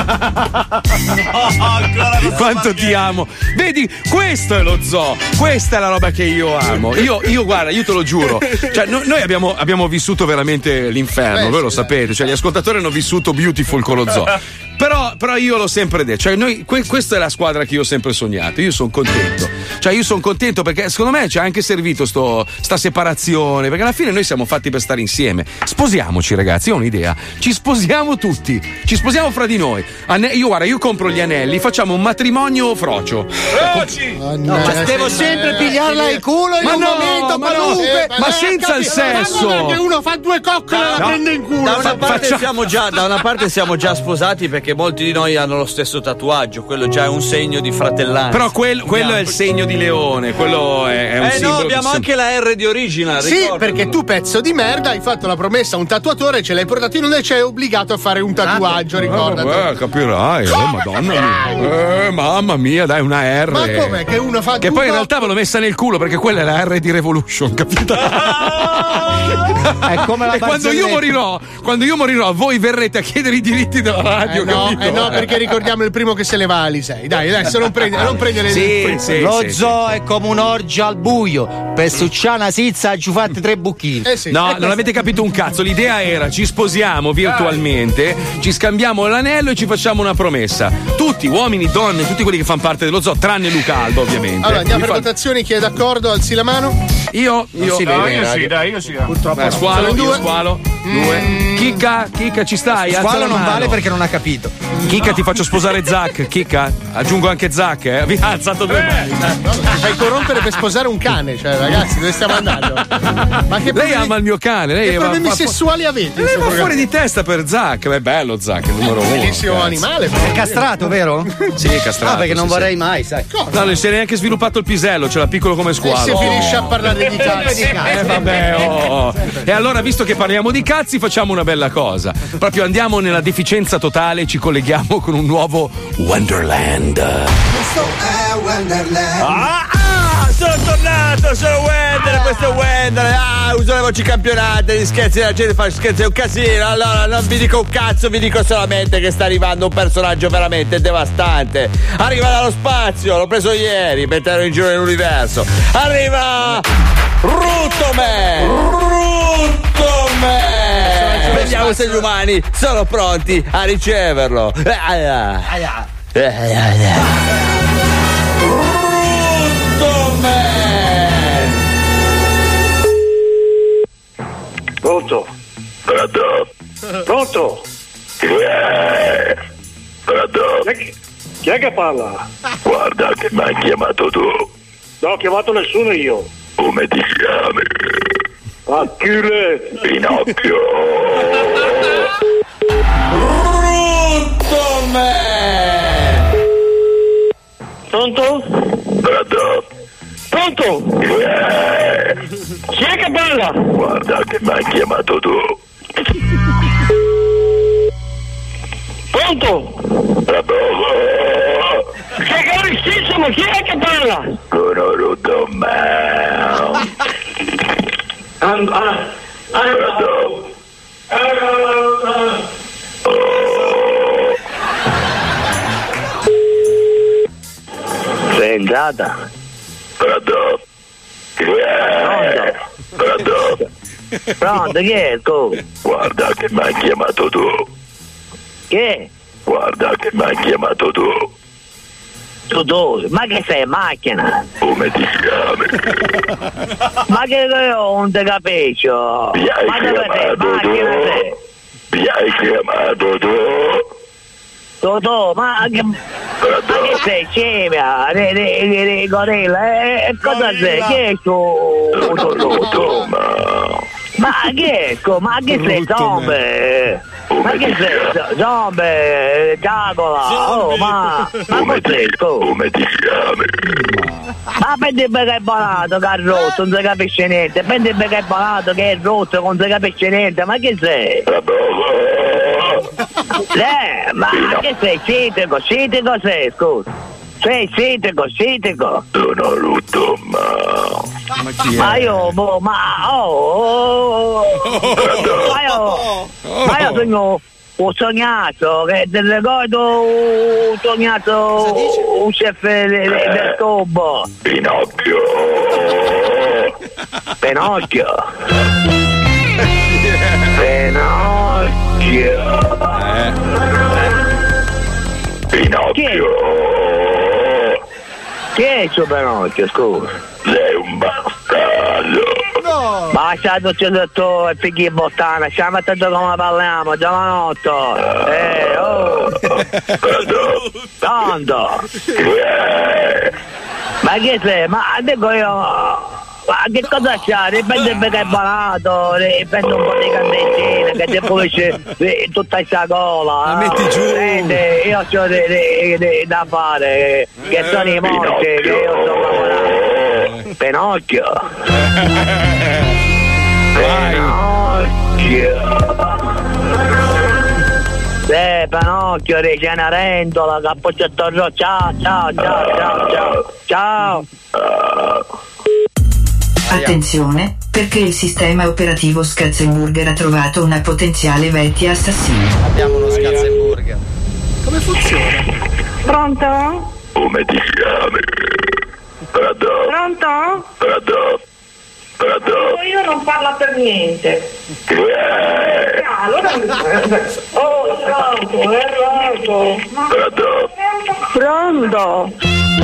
Quanto ti amo. Vedi, questo è lo zoo. Questa è la roba che io amo. Io, io guarda, io te lo giuro. Cioè, no- noi abbiamo, abbiamo vissuto veramente l'inferno, Beh, voi lo sì, sapete. Cioè, gli ascoltatori hanno vissuto Beautiful con lo zoo. Però, però io l'ho sempre detto, cioè noi, que- questa è la squadra che io ho sempre sognato. Io sono contento. Cioè, io sono contento perché secondo me ci ha anche servito sto, sta separazione. Perché alla fine noi siamo fatti per stare insieme. Sposiamoci, ragazzi, io ho un'idea. Ci sposiamo tutti. Ci sposiamo fra di noi. Anne- io guarda, io compro gli anelli, facciamo un matrimonio frocio. Froci! No, ma devo sempre pigliarla il culo in Ma un no, momento, ma no, qualunque. eh, ma Eh, senza il capito? sesso. Ma guarda che uno fa due coccole e la No. prende in culo. Da una, Fa- parte faccia- siamo già, da una parte siamo già sposati perché molti di noi hanno lo stesso tatuaggio, quello già è un segno di fratellanza. Però quel- quello è il segno di leone, quello è, è un Eh no, simbolo abbiamo di- anche la R di original. Sì, ricordalo. perché tu, pezzo di merda, hai fatto la promessa a un tatuatore, ce l'hai portato in onda e ci hai obbligato a fare un tatuaggio, ricordati. Eh, capirai, eh, madonna mia. Eh, mamma mia, dai, una R. Ma com'è che uno fa Che due poi in co- realtà ve l'ho messa nel culo perché quella è la R di Revolution, capito? È come la e quando io barzelletta. morirò, quando io morirò, voi verrete a chiedere i diritti della radio, Eh no, capito? eh no, perché ricordiamo il primo che se le va Alisei. Dai, adesso non prende, non prende le Sì, sì, Lo sì, zoo è come un'orgia al buio. Per succiare una sizza ci fate tre bucchini. Eh sì. No, non avete capito un cazzo. L'idea era: ci sposiamo virtualmente, ci scambiamo l'anello e ci facciamo una promessa. Tutti, uomini, donne, tutti quelli che fanno parte dello zoo, tranne Luca Alba, ovviamente. Allora, andiamo Mi per fa- votazioni, chi è d'accordo? Alzi la mano. Io, io, si No, vede, io raga. sì, dai, io sì. Purtroppo Eh, no. squalo, Sono in io due. squalo. Due. Chicca, Chicca, ci stai? Alza Squalo la non mano. vale perché non ha capito. Chicca, ti faccio sposare Zac. Chicca, aggiungo anche Zac, eh. Vi ha alzato due mani. Ti fai corrompere per sposare un cane, cioè, ragazzi, dove stiamo andando? Ma che Lei problemi, ama il mio cane, lei che va- problemi va- sessuali avete? in Lei sto va programma? fuori di testa per Zac. È bello Zac, il numero uno. Bellissimo cazzo. animale. È castrato, vero? Sì, castrato. Ah, perché non sì, vorrei sì. mai, sai. No, non si è neanche sviluppato il pisello, ce l'ha piccolo come E squalo. se finisce a parlare di cazzi. Eh vabbè, oh. E allora, visto che parliamo di cazzi, facciamo una bella cosa. Proprio andiamo nella deficienza totale e ci colleghiamo con un nuovo Wonderland. Ah, ah, sono tornato, sono Wender, questo è Wender. Ah, uso le voci campionate, gli scherzi, la gente fa scherzi, è un casino. Allora, non vi dico un cazzo, vi dico solamente che sta arrivando un personaggio veramente devastante. Arriva dallo spazio, l'ho preso ieri mentre ero in giro nell'universo. Arriva Rutto Man! Rutto Man! Vediamo se gli umani sono pronti a riceverlo. Ah, ah. Eh, eh, eh. Rutto Man! Pronto? Pronto? Pronto? Eh, Pronto? Chi è che, chi è che parla? Guarda che mi hai chiamato tu. Non ho chiamato nessuno io. Come ti chiami? Achille! Pinocchio. Rutto Man! Pronto? Pronto? Pronto? Eh, Chi è che parla? guarda che mi hai chiamato tu. Pronto? Che carissimo, chi è che parla? Sono Rutto Man. And, ah, Pronto? Sei entrata? Pronto? Eh, Pronto? Pronto, chi è tu? Guarda che mi hai chiamato tu. Che? Guarda che mi hai chiamato tu. Tu dove? Ma che sei, macchina? Come ti chiami? Ma che io non ti capisco? Mi hai Ma dove sei? chiamato Macchina tu? sei? Mi hai chiamato tu? Tu, tu, ma che... Ma che sei, scemia? Re, re, re, re, gorilla? E eh, cosa sei? Che è tu? Sono Rutto Man. Ma che è? co- Ma che sei, zombie? Ma che sei, zombie? Giacola? Oh, ma... Ma Come cos'è, ti, co? come ti chiami? Ma prendi il che è balato che è rotto, non si capisce niente. Prendi il che è balato che è rotto, non si capisce niente. Ma che sei? Eh, ma che sei? Citico, citico sei, scusa. Sei citico, citico. Sono Rutto Man. Ma chi Ma è? io, boh, ma... Oh, oh, oh. Ma io... Ma io sogno... Ho sognato, che ti ricordo, ho sognato un chef de- de- del tubo. Pinocchio. Pinocchio. Pinocchio. Pinocchio. Chi è il suo Pinocchio, scusa? Sei un bastardo. No! Bastardo c'è detto e picchi bottana, siamo attenti come parliamo, giovanotto. Eh, oh! Pronto? Ma che sei? Ma dico io, ma che cosa c'ha? Riprende il bicarbonato, riprende un po' di candeggine che ti pulisce tutta questa cola. La metti giù. Senti, io ho de, de, de, da fare, che sono i morti, che io sto lavorando. Pinocchio. Pinocchio. Eh, Pinocchio, Ricenerentola, Cappuccetto Rosso, ciao, ciao, ciao, ciao, ciao, ciao. Attenzione, perché il sistema operativo Scazzenburger ha trovato una potenziale vecchia assassina. Abbiamo uno Scazzenburger. Come funziona? Pronto? Come ti chiami? Pronto? Pronto? Pronto? Pronto? Io non parlo per niente. Eh. Allora oh, pronto, è rotto. Pronto? Pronto?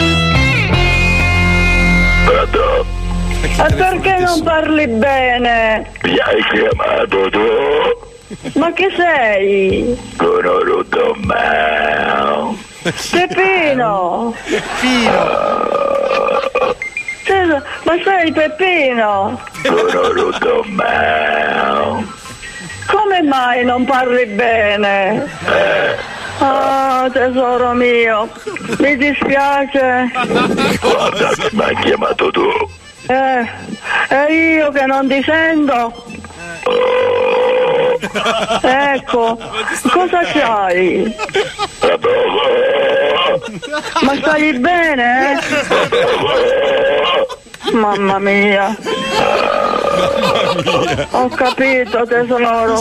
Pronto? E perché non parli bene? Mi hai chiamato tu? Ma chi sei? Conosciuto me. Peppino. Peppino. Cesar, ma sei Peppino? Conosciuto me. Come mai non parli bene? Eh. Ah, tesoro mio, mi dispiace. Guarda che mi hai chiamato tu. Eh, e io che non ti sento? Ecco, cosa c'hai? Ma stai bene? Mamma mia. Ho capito, tesoro.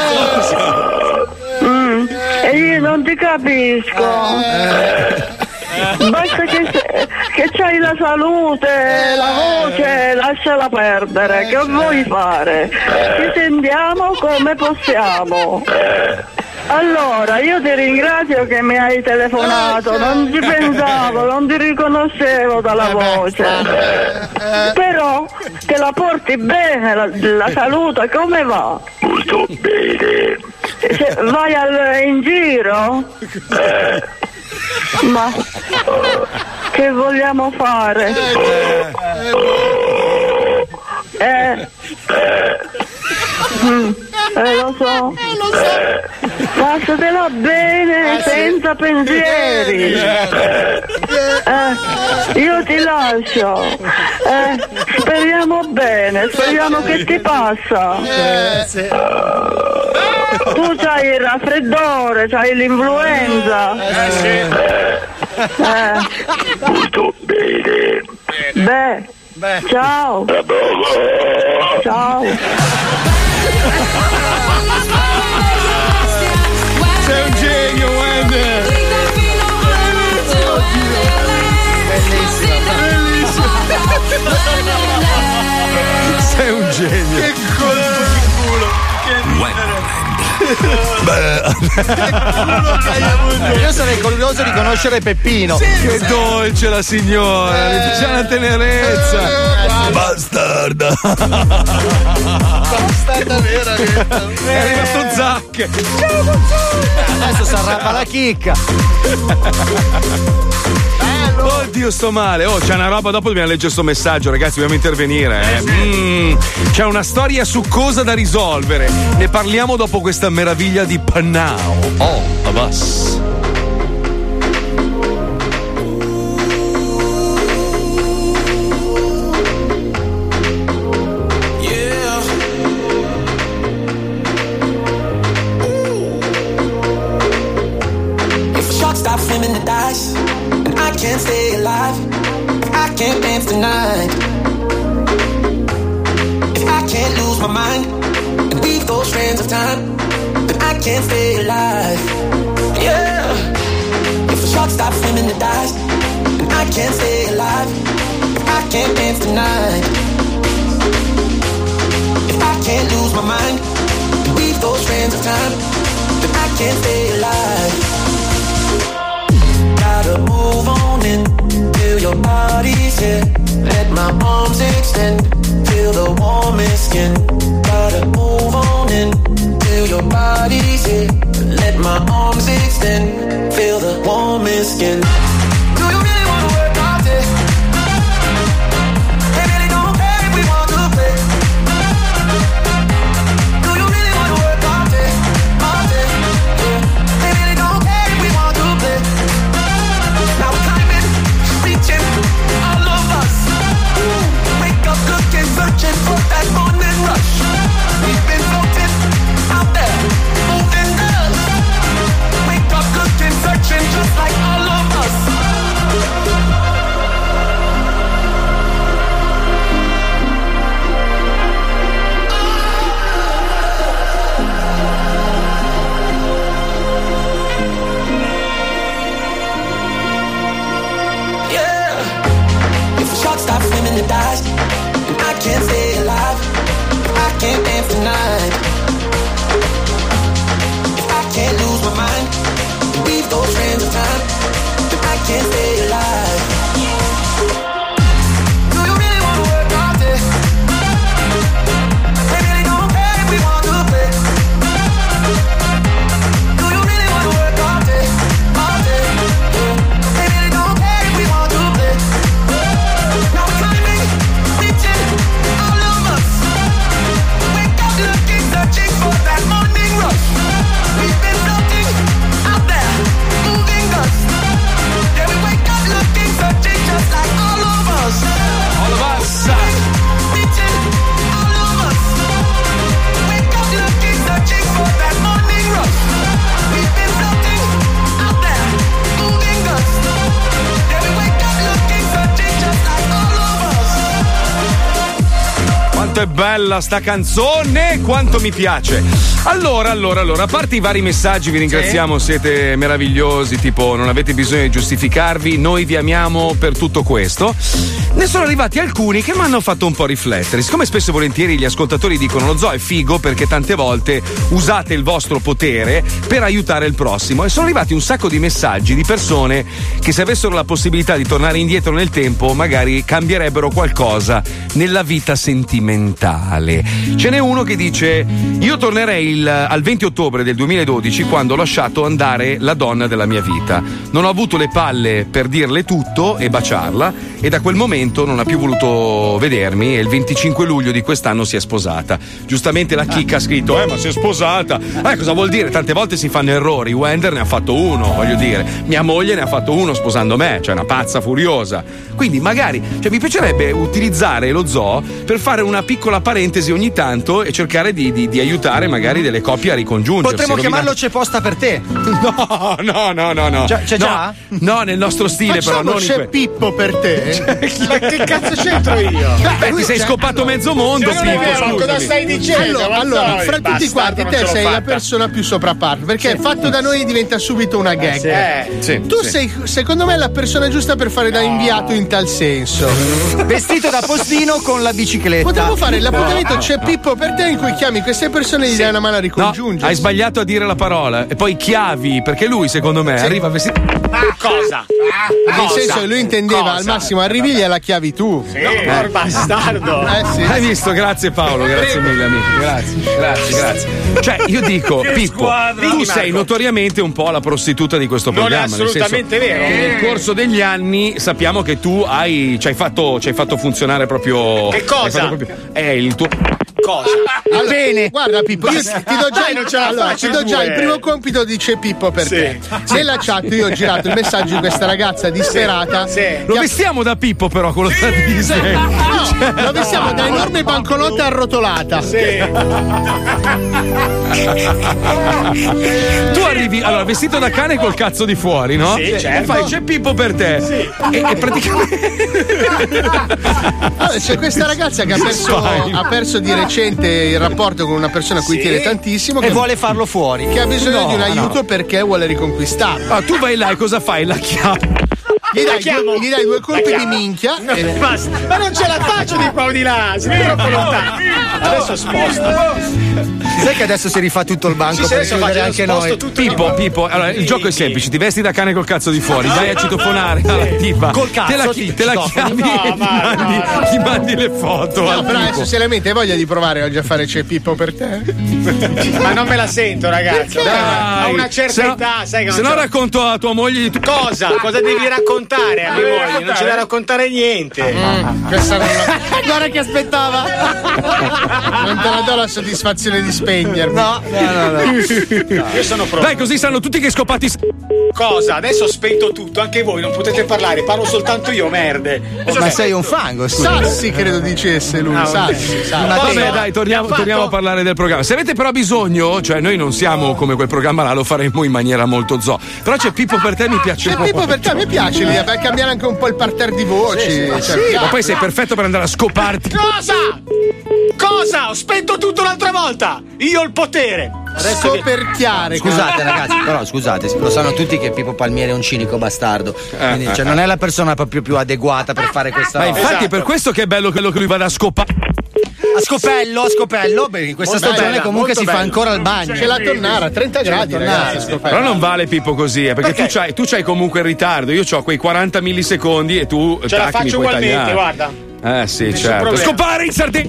Mm, e io non ti capisco. Basta che, che c'hai la salute, la voce, lasciala perdere. Che vuoi fare? Ci sentiamo come possiamo. Allora, io ti ringrazio che mi hai telefonato, non ci pensavo, non ti riconoscevo dalla voce. Però te la porti bene, la, la salute, come va? Molto bene. Se vai al, in giro? Ma che vogliamo fare? Eh, mm, eh lo so. Passatela bene, senza pensieri. Eh, io ti lascio. Eh, speriamo bene, speriamo che ti passa. Tu c'hai il raffreddore, c'hai l'influenza. Eh. Molto bene. Beh, ciao. Ciao. Sei un genio, Wender. Bellissimo. Sei un genio. Che colpo di culo. Che Io sarei curioso di conoscere Peppino. Sì, che dolce la signora, mi piace la tenerezza. Eh, bastarda. Bastarda vera. È arrivato Zac. Adesso si arrabba la chicca. Oddio, sto male. Oh, c'è una roba, dopo dobbiamo leggere sto messaggio, ragazzi, dobbiamo intervenire. Eh. Mm, c'è una storia succosa da risolvere. Ne parliamo dopo questa meraviglia di Panau. Oh, of us. Can't stay alive. I can't dance tonight. If I can't lose my mind and weave those strands of time, then I can't stay alive. Yeah. If a shark stops swimming and dies, then I can't stay alive. If I can't dance tonight. If I can't lose my mind and weave those strands of time, then I can't stay alive. my arms extend, feel the warmest skin. Gotta move on in till your body's here. Let my arms extend, feel the warmest skin. Do you really wanna work all day? They really don't care if we want to play. Do you really wanna work all day? All day, yeah. They really don't care if we want to play. Now we're climbing, reaching, all of us. Wake up looking, searching for that morning rush. We've been floating out there, moving us. Wake up looking, searching just like all of us. Yeah. If the sharks stop swimming and dies, and I can't stay alive, I can't dance tonight. If I can't lose my mind, and weave those strands of time, then I can't stay alive. Do you really wanna work all day? They really don't care if we want to play. Do you really wanna work all day? All day, yeah. They really don't care if we want to play. Now we're climbing, reaching, all of us. Wake up looking, searching for that morning rush. We've been floating out there, moving us. Yeah, we wake up looking, searching just like all of us. All of us. Reaching, all of us. Wake up looking, searching for that morning rush. We've been floating out there, moving us. Yeah, we wake up looking, searching just like all of us. Quanto è bella sta canzone, quanto mi piace. Allora, allora, allora, a parte i vari messaggi, vi ringraziamo, siete meravigliosi, tipo non avete bisogno di giustificarvi, noi vi amiamo per tutto questo. Ne sono arrivati alcuni che mi hanno fatto un po' riflettere. Siccome spesso e volentieri gli ascoltatori dicono lo zoo è figo perché tante volte usate il vostro potere per aiutare il prossimo, e sono arrivati un sacco di messaggi di persone che se avessero la possibilità di tornare indietro nel tempo magari cambierebbero qualcosa nella vita sentimentale. Ce n'è uno che dice: io tornerei il, al venti ottobre del duemiladodici, quando ho lasciato andare la donna della mia vita. Non ho avuto le palle per dirle tutto e baciarla, e da quel momento non ha più voluto vedermi, e il venticinque luglio di quest'anno si è sposata. Giustamente la chicca ha scritto: eh ma si è sposata, eh cosa vuol dire? Tante volte si fanno errori. Wender ne ha fatto uno, voglio dire, mia moglie ne ha fatto uno sposando me, cioè una pazza furiosa. Quindi magari, cioè, mi piacerebbe utilizzare lo zoo per fare una piccola parentesi ogni tanto e cercare di, di, di aiutare magari delle coppie a ricongiungersi. Potremmo Rovina- chiamarlo C'è posta per te. No, no, no, no, no. C'è, c'è no, già? No, nel nostro stile, Facciamo però non in C'è que- Pippo per te? Ma che cazzo c'entro io? Beh, ti sei scopato mezzo mondo, Ma non è Pippo, vero, scusami. cosa stai dicendo? Allora, allora fra tutti quanti te sei la persona più soprapparta, perché fatto da noi diventa subito una gag. Eh, sì, tu sì. sei secondo me la persona giusta per fare da inviato in tal senso. Vestito da postino con la bicicletta. Potremmo fare l'appuntamento No. C'è Pippo per te, in cui chiami queste persone e gli dai una mano a No, ricongiungere. hai sbagliato a dire la parola. E poi chiavi, perché lui, secondo me, Sì. arriva vestito. Cosa? Nel senso che lui intendeva Cosa? al massimo arrivi e gliela chiavi tu. Sì, no, bastardo. Eh sì. Hai visto? Grazie Paolo, grazie mille amico. Grazie, grazie, grazie. Cioè, io dico, Che Pippo, squadra. tu Dimmi, sei Marco. notoriamente un po' la prostituta di questo Non è programma. nel senso assolutamente vero. che nel corso degli anni sappiamo che tu hai ci hai fatto, ci hai fatto funzionare proprio. Che cosa? hai fatto proprio- è il tuo. Cosa? Allora, bene, guarda Pippo, io ti do già, Dai, non ce la allora, faccio ti do già due. il primo compito di C'è Pippo per Sì. te. Nella chat io ho girato il messaggio di questa ragazza disperata. Sì. Lo vestiamo da Pippo, però, quello da Disney. No, lo vestiamo da enorme banconota arrotolata. Tu arrivi, allora, vestito da cane col cazzo di fuori, no? Sì, certo. E fai C'è Pippo per te. E, e praticamente. Allora, c'è questa ragazza che ha perso, Spine. ha perso di recente il rapporto con una persona a cui Sì. tiene tantissimo. E che, vuole farlo fuori. che ha bisogno No, di un no. aiuto perché vuole riconquistarlo. Ah, tu vai là e cosa fai? La chiami. Gli La dai, chiamo? due, gli dai due colpi La di chiamo? minchia. No, e- basta. Ma non ce la faccio di qua o di là, sei troppo lontano. Adesso sposto. Sai che adesso si rifà tutto il banco Sì, sì, per adesso chiudere faccio anche lo noi. sposto tutto Pippo, Pippo, allora il gioco è semplice, ti vesti da cane col cazzo di fuori, vai a citofonare alla tipa, Col cazzo, te la, ti te la citofoni. chiami No, e ti ma- mandi, no, no. ti mandi le foto. No, al però tipo. adesso se la mente hai voglia di provare oggi a fare c'è Pippo per te? Ma non me la sento, ragazzi. Perché? Dai, ho una certa Se no- età, sai che se non no c'ho- racconto a tua moglie di tu- Cosa? Cosa devi raccontare a mia moglie? Non c'è da raccontare niente. Questa non la... Guarda che aspettava! Non te la do la soddisfazione di spegnermi. No, no, no, no. Io sono pronto. Dai, così sanno tutti che scopati. Cosa? Adesso ho spento tutto, anche voi non potete parlare, parlo soltanto io, merde. Ma sei un fango, scusa. Sassi credo dicesse lui, Ah, Sassi, ok. Sassi. Vabbè, dai, torniamo, fatto- torniamo a parlare del programma. Se avete però bisogno, cioè noi non siamo come quel programma là, lo faremo in maniera molto zoo. Però c'è Pippo per te, mi piace C'è molto. Pippo per te, mi piace l'idea, per cambiare anche un po' il parterre di voci. cioè, Sì, ma piace. poi sei perfetto per andare a scoparti. Cosa? Cosa? Ho spento tutto l'altra volta! Io ho il potere! Adesso vi- Scoperchiare. Scusate ragazzi, però scusate, lo sanno tutti che Pippo Palmieri è un cinico bastardo. Quindi cioè, non è la persona proprio più adeguata per fare questa Ma roba. infatti Esatto. è per questo che è bello quello che lui vada a scopare. A scopello, a scopello, beh, in questa Molto stagione bella, comunque molto si fa bella. ancora il bagno. C'è la tonnara, trenta gradi, tonnara, ragazzi. sì. scoperto. Però non vale Pippo così, eh, perché, tu c'hai, tu c'hai comunque il ritardo. Io ho quei quaranta millisecondi e tu Ce la tac, mi faccio puoi ugualmente, tagliare. guarda. Eh sì, Nessun certo. problema. Scopare in Sardegna!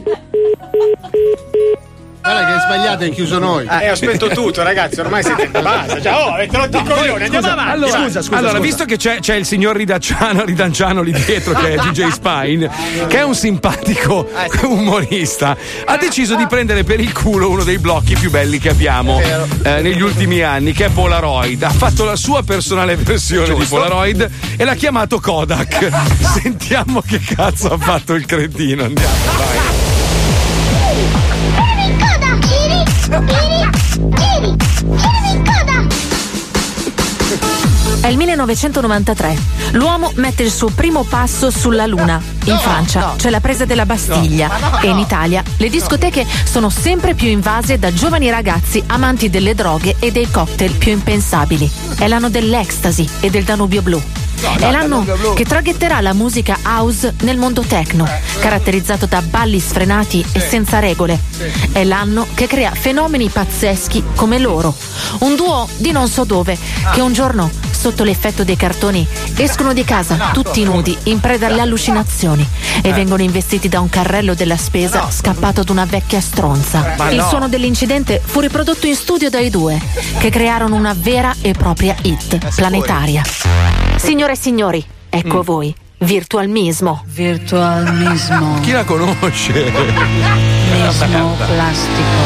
Guarda che è sbagliato, hai chiuso noi. Eh, ho spento tutto, ragazzi, ormai siete. Basta, cioè, oh, avete rotto i coglioni, andiamo avanti. Allora, Scusa, scusa, allora scusa. visto che c'è, c'è il signor Ridacciano, Ridanciano lì dietro, che è D J Spine, che è un simpatico umorista, ha deciso di prendere per il culo uno dei blocchi più belli che abbiamo eh, negli ultimi anni, che è Polaroid. Ha fatto la sua personale versione di Polaroid e l'ha chiamato Kodak. Sentiamo che cazzo ha fatto il cretino. Andiamo, vai. È il millenovecentonovantatré. L'uomo mette il suo primo passo sulla Luna. In Francia c'è la presa della Bastiglia e in Italia le discoteche sono sempre più invase da giovani ragazzi amanti delle droghe e dei cocktail più impensabili. È l'anno dell'ecstasy e del Danubio blu. È l'anno che traghetterà la musica house nel mondo techno, caratterizzato da balli sfrenati e senza regole. È l'anno che crea fenomeni pazzeschi come loro, un duo di non so dove, che un giorno, sotto l'effetto dei cartoni, escono di casa tutti nudi, in preda alle allucinazioni, e vengono investiti da un carrello della spesa scappato ad una vecchia stronza. Ma Il no. suono dell'incidente fu riprodotto in studio dai due, che crearono una vera e propria hit planetaria. Signore e signori, ecco a voi Virtualmismo. Virtualmismo. Chi la conosce? Mismo plastico.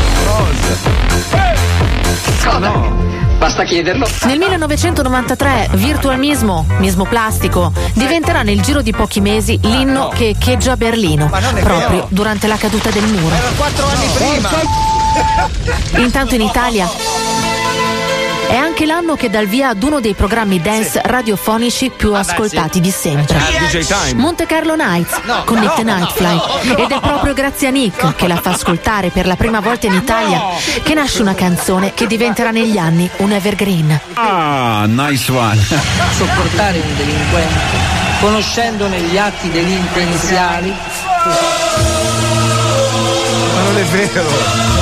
No. Basta chiederlo. Nel millenovecentonovantatré Virtualmismo, mismo plastico, diventerà nel giro di pochi mesi l'inno che echeggia Berlino, proprio vero. durante la caduta del muro. Era quattro anni prima. Intanto in Italia è anche l'anno che dà il via ad uno dei programmi dance radiofonici più ascoltati di sempre. D J Time. Monte Carlo Nights con Nick the Nightfly. Ed è proprio grazie a Nick, che la fa ascoltare per la prima volta in Italia, che nasce una canzone che diventerà negli anni un evergreen. Ah, nice one. Sopportare un delinquente, conoscendone gli atti delinquenziali. Ma non è vero.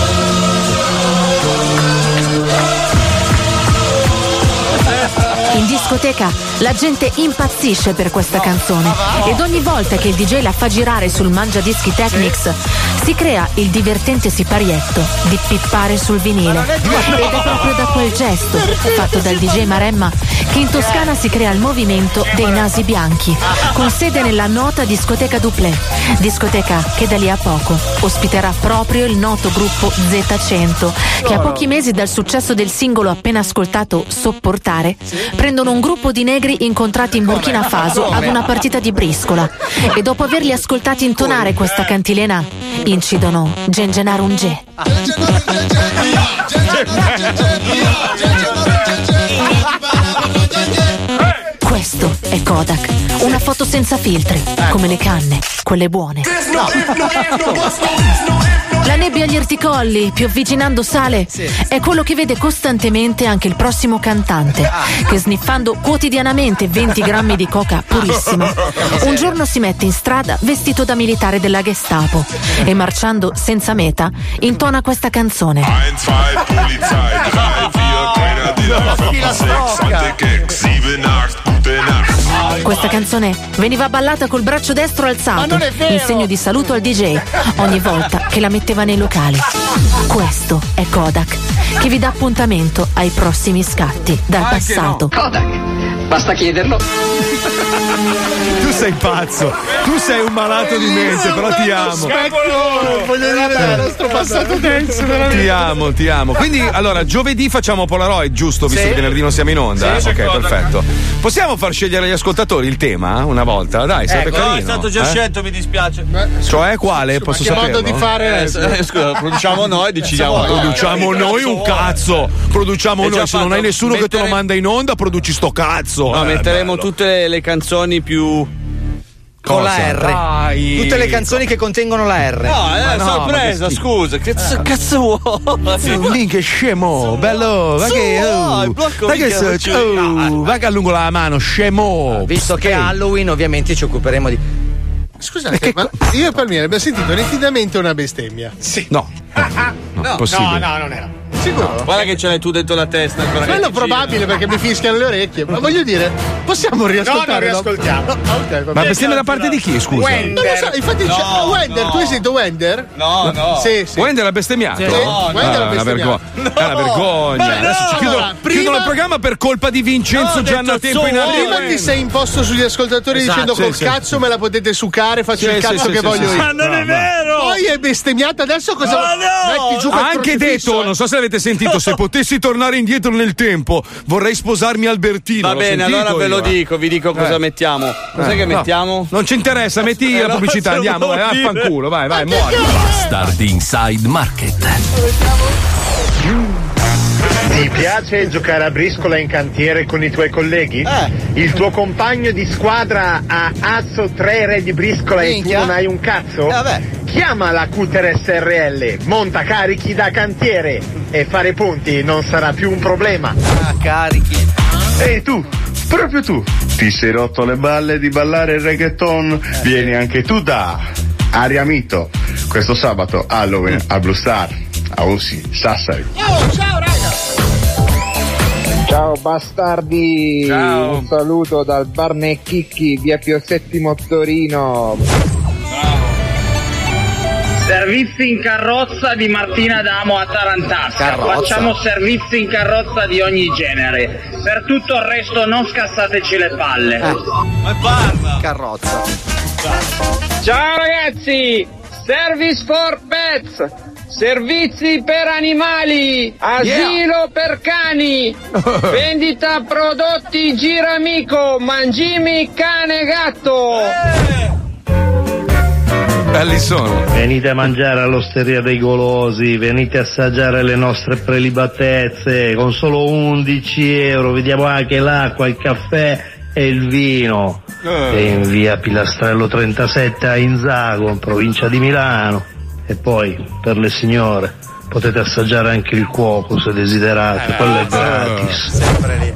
In discoteca la gente impazzisce per questa canzone ed ogni volta che il D J la fa girare sul Mangiadischi Technics si crea il divertente siparietto di pippare sul vinile. Ed è proprio da quel gesto fatto dal D J Maremma che in Toscana si crea il movimento dei nasi bianchi, con sede nella nota discoteca Duplé, discoteca che da lì a poco ospiterà proprio il noto gruppo Z cento, che a pochi mesi dal successo del singolo appena ascoltato Sopportare prendono un gruppo di negri incontrati in Burkina Faso ad una partita di briscola e dopo averli ascoltati intonare questa cantilena incidono Gengenarun Ge. Questo è Kodak, una foto senza filtri, come le canne, quelle buone. La nebbia agli orticolli, piovviginando sale, è quello che vede costantemente anche il prossimo cantante, che sniffando quotidianamente venti grammi di coca purissima, un giorno si mette in strada vestito da militare della Gestapo e marciando senza meta intona questa canzone. Questa canzone veniva ballata col braccio destro alzato in segno di saluto al D J ogni volta che la metteva nei locali. Questo è Kodak, che vi dà appuntamento ai prossimi scatti dal Anche passato. no. Kodak, basta chiederlo. Tu sei pazzo, tu sei un malato di mente, però ti amo. Voglio dire il nostro passato dance, veramente. Ti amo, ti amo. Quindi, allora, giovedì facciamo Polaroid, giusto? Visto Sì. che venerdì non siamo in onda? Sì, ok, c'è Kodak. perfetto. Possiamo far scegliere agli ascoltatori il tema una volta? Dai, sarebbe Ecco, carino. no, è stato già eh? scelto, mi dispiace. Cioè, quale? Posso che saperlo? modo di fare? Eh, eh, scusa, produciamo noi, decidiamo. Produciamo noi un cazzo. Produciamo È già noi. Se non fatto. hai nessuno che te lo Mettere- manda in onda, produci sto cazzo. No, Eh, metteremo bello. tutte le, le canzoni più. Con la Cosa? R. Dai. Tutte le canzoni che contengono la R. No, è no, sorpresa, ma che scusa. Che Eh. cazzo vuoi? Minchia scemo, bello, ma che No, oh, il blocco ma che minchia, so- non ci- oh, va che allungo la mano, scemo. Visto che è Halloween, ovviamente ci occuperemo di. Scusate, ma io e Palmieri abbiamo sentito nitidamente una bestemmia. Sì. No, no, possibile. no, non era. Sicuro? Guarda che ce l'hai tu dentro la testa. ancora che Quello ti probabile perché mi fischiano le orecchie. Ma voglio dire, possiamo riascoltare? No, no, riascoltiamo. No, ok, va Ma bene. bestemmia da parte di chi, scusa? Non lo so, infatti No, c'è Wender, no. tu hai sentito Wender? No, no. Sì, sì. Wender ha bestemmiato? Sì. No, Wender ha è una bestemmiato. vergogna. È una vergogna. Ma no! Adesso ci chiudono, Allora, prima- chiudono il programma per colpa di Vincenzo No, ho Gianna detto Tempo in so- arrivo. Prima ti sei imposto sugli ascoltatori Esatto, dicendo sì, col sì. cazzo me la potete succare, faccio Sì, il sì, cazzo sì, che sì, voglio sì. io. Ma non è vero! Poi è bestemmiata, adesso cosa Ma no! metti giù quel Ha anche crocifisso, detto, eh. non so se l'avete sentito, se potessi tornare indietro nel tempo, vorrei sposarmi Albertino. Va L'ho bene, sentito allora ve lo io, eh. dico, vi dico cosa Eh. mettiamo. Cos'è Eh, che no. mettiamo? Non ci interessa, metti Eh, la no, pubblicità, se lo andiamo, vai, devo dire. vaffanculo, vai, vai, muori. Bastard Inside Market. Ti piace giocare a briscola in cantiere con i tuoi colleghi? Il tuo compagno di squadra ha asso tre re di briscola e tu Minchia. non hai un cazzo? Eh, vabbè. Chiama la Cutter S R L, monta carichi da cantiere e fare punti non sarà più un problema. Ah, carichi. E tu, proprio tu, ti sei rotto le balle di ballare il reggaeton? Vieni anche tu da Aria Mito, questo sabato Halloween a Blue Star, a Ossi, Sassari. Oh, ciao raga! Ciao bastardi, Ciao. un saluto dal bar Necchicchi, via Pio Settimo Torino. Servizi in carrozza di Martina D'Amo a Tarantasca. Carrozza. Facciamo servizi in carrozza di ogni genere. Per tutto il resto non scassateci le palle. Eh. Ma parla! Carrozza. Ciao ragazzi! Service for pets! Servizi per animali! Asilo per cani! Vendita prodotti Giramico! Mangimi cane gatto! Belli sono. Venite a mangiare all'Osteria dei Golosi, venite a assaggiare le nostre prelibatezze con solo undici euro, vediamo anche l'acqua, il caffè e il vino. E in via Pilastrello trentasette a Inzago, in provincia di Milano. E poi per le signore potete assaggiare anche il cuoco se desiderate, quello è gratis. Sempre lì.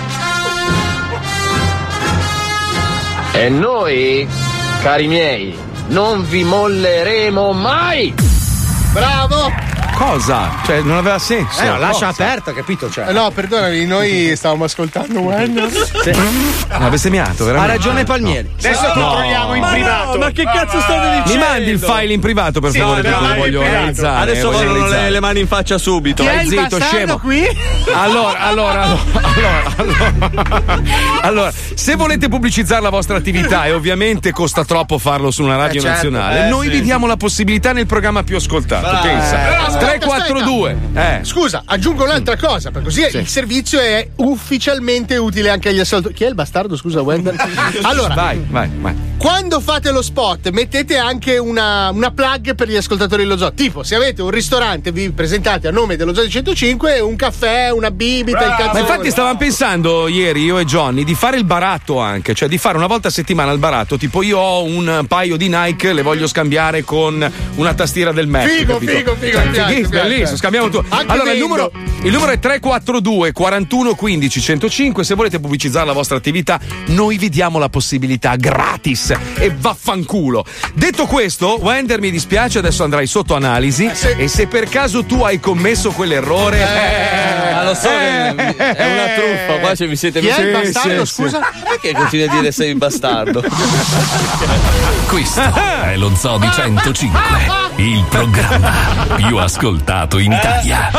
E noi, cari miei, non vi molleremo mai! Bravo! Cosa? Cioè, non aveva senso. Eh, no, lascia Cosa? aperta, capito? Cioè. Eh, no, perdonami, noi stavamo ascoltando Wender. Sì. Ha bestemmiato, Ha veramente. ragione Palmieri. Adesso No. controlliamo in Ma privato. no, ma che cazzo state dicendo? Mi mandi il file in privato, per Sì, favore, no, che no, lo no, voglio in privato. analizzare. Adesso voglio vogliono le, analizzare. le mani in faccia subito. Stai zitto, scemo. qui? Allora, allora, allora, allora, allora, se volete pubblicizzare la vostra attività e ovviamente costa troppo farlo su una radio Eh, certo. nazionale, Eh, noi sì. vi diamo la possibilità nel programma più ascoltato. Bravo. Pensa. Eh, aspetta, tre quattro due. Eh. Scusa, aggiungo un'altra cosa, per così il servizio è ufficialmente utile anche agli ascoltatori. Chi è il bastardo? Scusa, Wender. Allora, Vai, vai, vai. quando fate lo spot mettete anche una, una plug per gli ascoltatori dello Zoo. Tipo, se avete un ristorante, vi presentate a nome dello Zoo di centocinque, un caffè, una bibita, il cazzo. Ma infatti stavamo pensando ieri io e Johnny di fare il baratto anche, cioè di fare una volta a settimana il baratto, tipo io ho un paio di Nike, le voglio scambiare con una tastiera del Mac. Figo, capito? figo, figo, Cioè, mi piace, fighissimo, mi piace. bellissimo, scambiamo tutto. Anche Allora il Bingo. numero, il numero è tre quattro due quarantuno quindici centocinque, se volete pubblicizzare la vostra attività noi vi diamo la possibilità gratis e vaffanculo. Detto questo, Wender, mi dispiace, adesso andrai sotto analisi eh, sì. e se per caso tu hai commesso quell'errore eh, ma lo so che è una truffa, qua ce vi siete Chi messi. è il bastardo, sì, scusa? Sì. Perché continui a dire sei bastardo? Questo è lo Zoo di centocinque, il programma più ascoltato in Italia.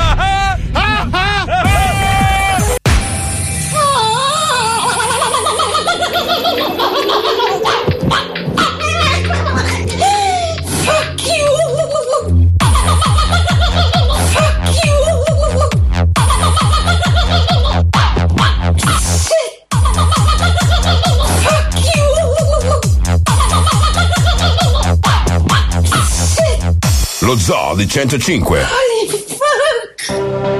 Fuck you! Fuck you! Shit! Fuck you! Shit! Lo Zoo di centocinque. Holy fuck!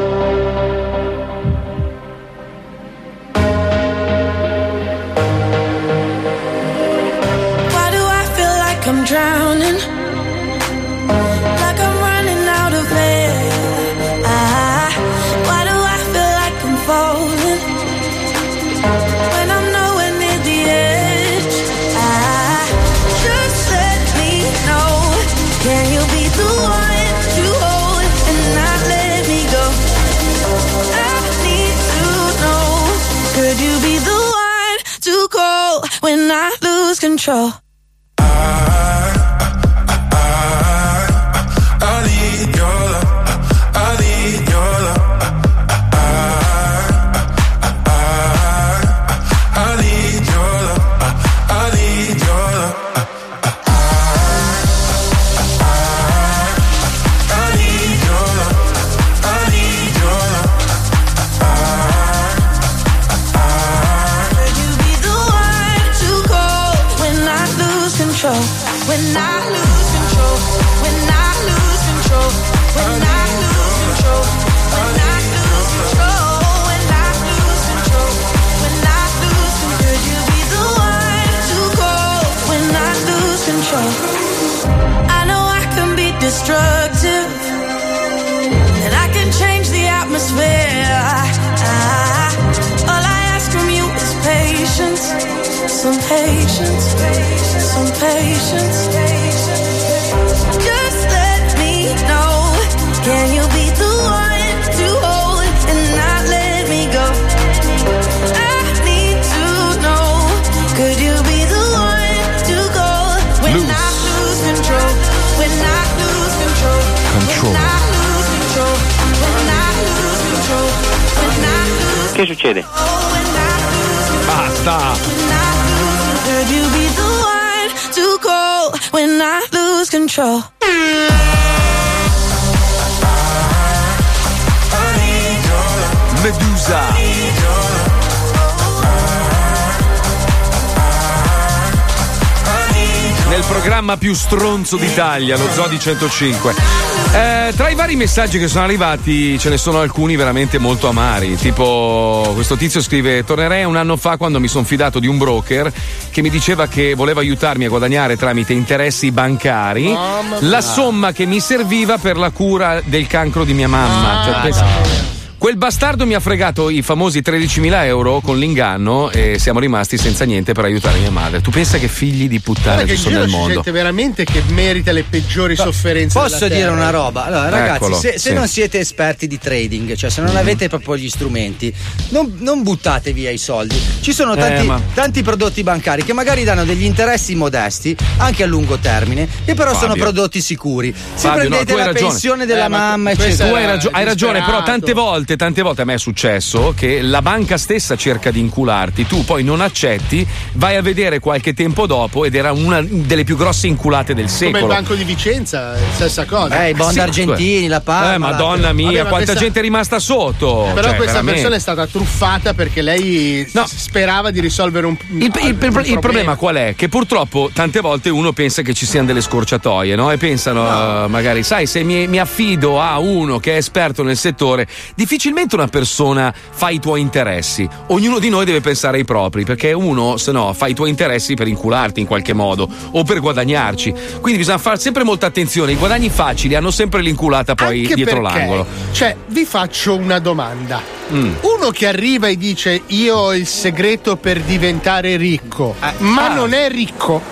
Why do I feel like I'm drowning? Like I'm running out of air. Ah, why do I feel like I'm falling? When I'm nowhere near the edge. Ah, just let me know. Can you be the one to hold and not let me go? I need to know. Could you be the one to call when I lose control? I need your love. I need your love. I need your love. I need your love. I need your love. I need your love. Could you be the one to call when I lose control? When I lose control. When I lose control. When I lose control. When I lose control. When I lose control. When I lose control. Could you be the one to call when I lose control? I know I can be destructive, and I can change the atmosphere. Ah, all I ask from you is patience, some patience, some patience. Just let me know. Can you be the one to hold and not let me go? I need to know. Could you be the one to go when Lose. I lose control? When I lose control. Control. When I lose control. When I lose control. When I lose Che succede? Basta. Could you be the one to call when I lose control? Medusa. Nel programma più stronzo d'Italia, lo Zoo di centocinque. Eh, tra i vari messaggi che sono arrivati ce ne sono alcuni veramente molto amari. Tipo, questo tizio scrive: tornerei un anno fa quando mi sono fidato di un broker che mi diceva che voleva aiutarmi a guadagnare tramite interessi bancari Mamma la mia. somma che mi serviva per la cura del cancro di mia mamma. Ah, Cioè, pensa- Quel bastardo mi ha fregato i famosi tredicimila euro con l'inganno e siamo rimasti senza niente per aiutare mia madre. Tu pensa che figli di puttana Guarda che ci in sono giro nel c'è mondo? gente veramente che merita le peggiori sofferenze. Posso della dire terra. una roba? Allora, ragazzi, Eccolo, se, se sì. non siete esperti di trading, cioè se non avete proprio gli strumenti, non, non buttate via i soldi. Ci sono tanti, Eh, ma- tanti prodotti bancari che magari danno degli interessi modesti, anche a lungo termine, che però sono Fabio. prodotti sicuri. Se Fabio, no, prendete tu hai la ragione. pensione della Eh, ma mamma, questa eccetera. Tu hai, era ragio- hai ragione, però disperato. tante volte volte, tante volte a me è successo che la banca stessa cerca di incularti, tu poi non accetti, vai a vedere qualche tempo dopo ed era una delle più grosse inculate del secolo. Come il Banco di Vicenza, stessa cosa. Eh, i bond Sì, argentini, la Parma. Eh, madonna mia, Vabbè, ma quanta questa- gente è rimasta sotto. Però Cioè, questa veramente. persona è stata truffata perché lei s- sperava di risolvere un, Il, il- il- un il problema qual è? Che purtroppo tante volte uno pensa che ci siano delle scorciatoie, no? E pensano, eh, magari, sai, se mi, mi affido a uno che è esperto nel settore, difficilmente una persona fa i tuoi interessi. Ognuno di noi deve pensare ai propri, perché uno, se no, fa i tuoi interessi per incularti in qualche modo o per guadagnarci. Quindi bisogna fare sempre molta attenzione. I guadagni facili hanno sempre l'inculata poi Anche dietro perché, l'angolo. Cioè, vi faccio una domanda. Mm. Uno che arriva e dice io ho il segreto per diventare ricco, ma ah. non è ricco,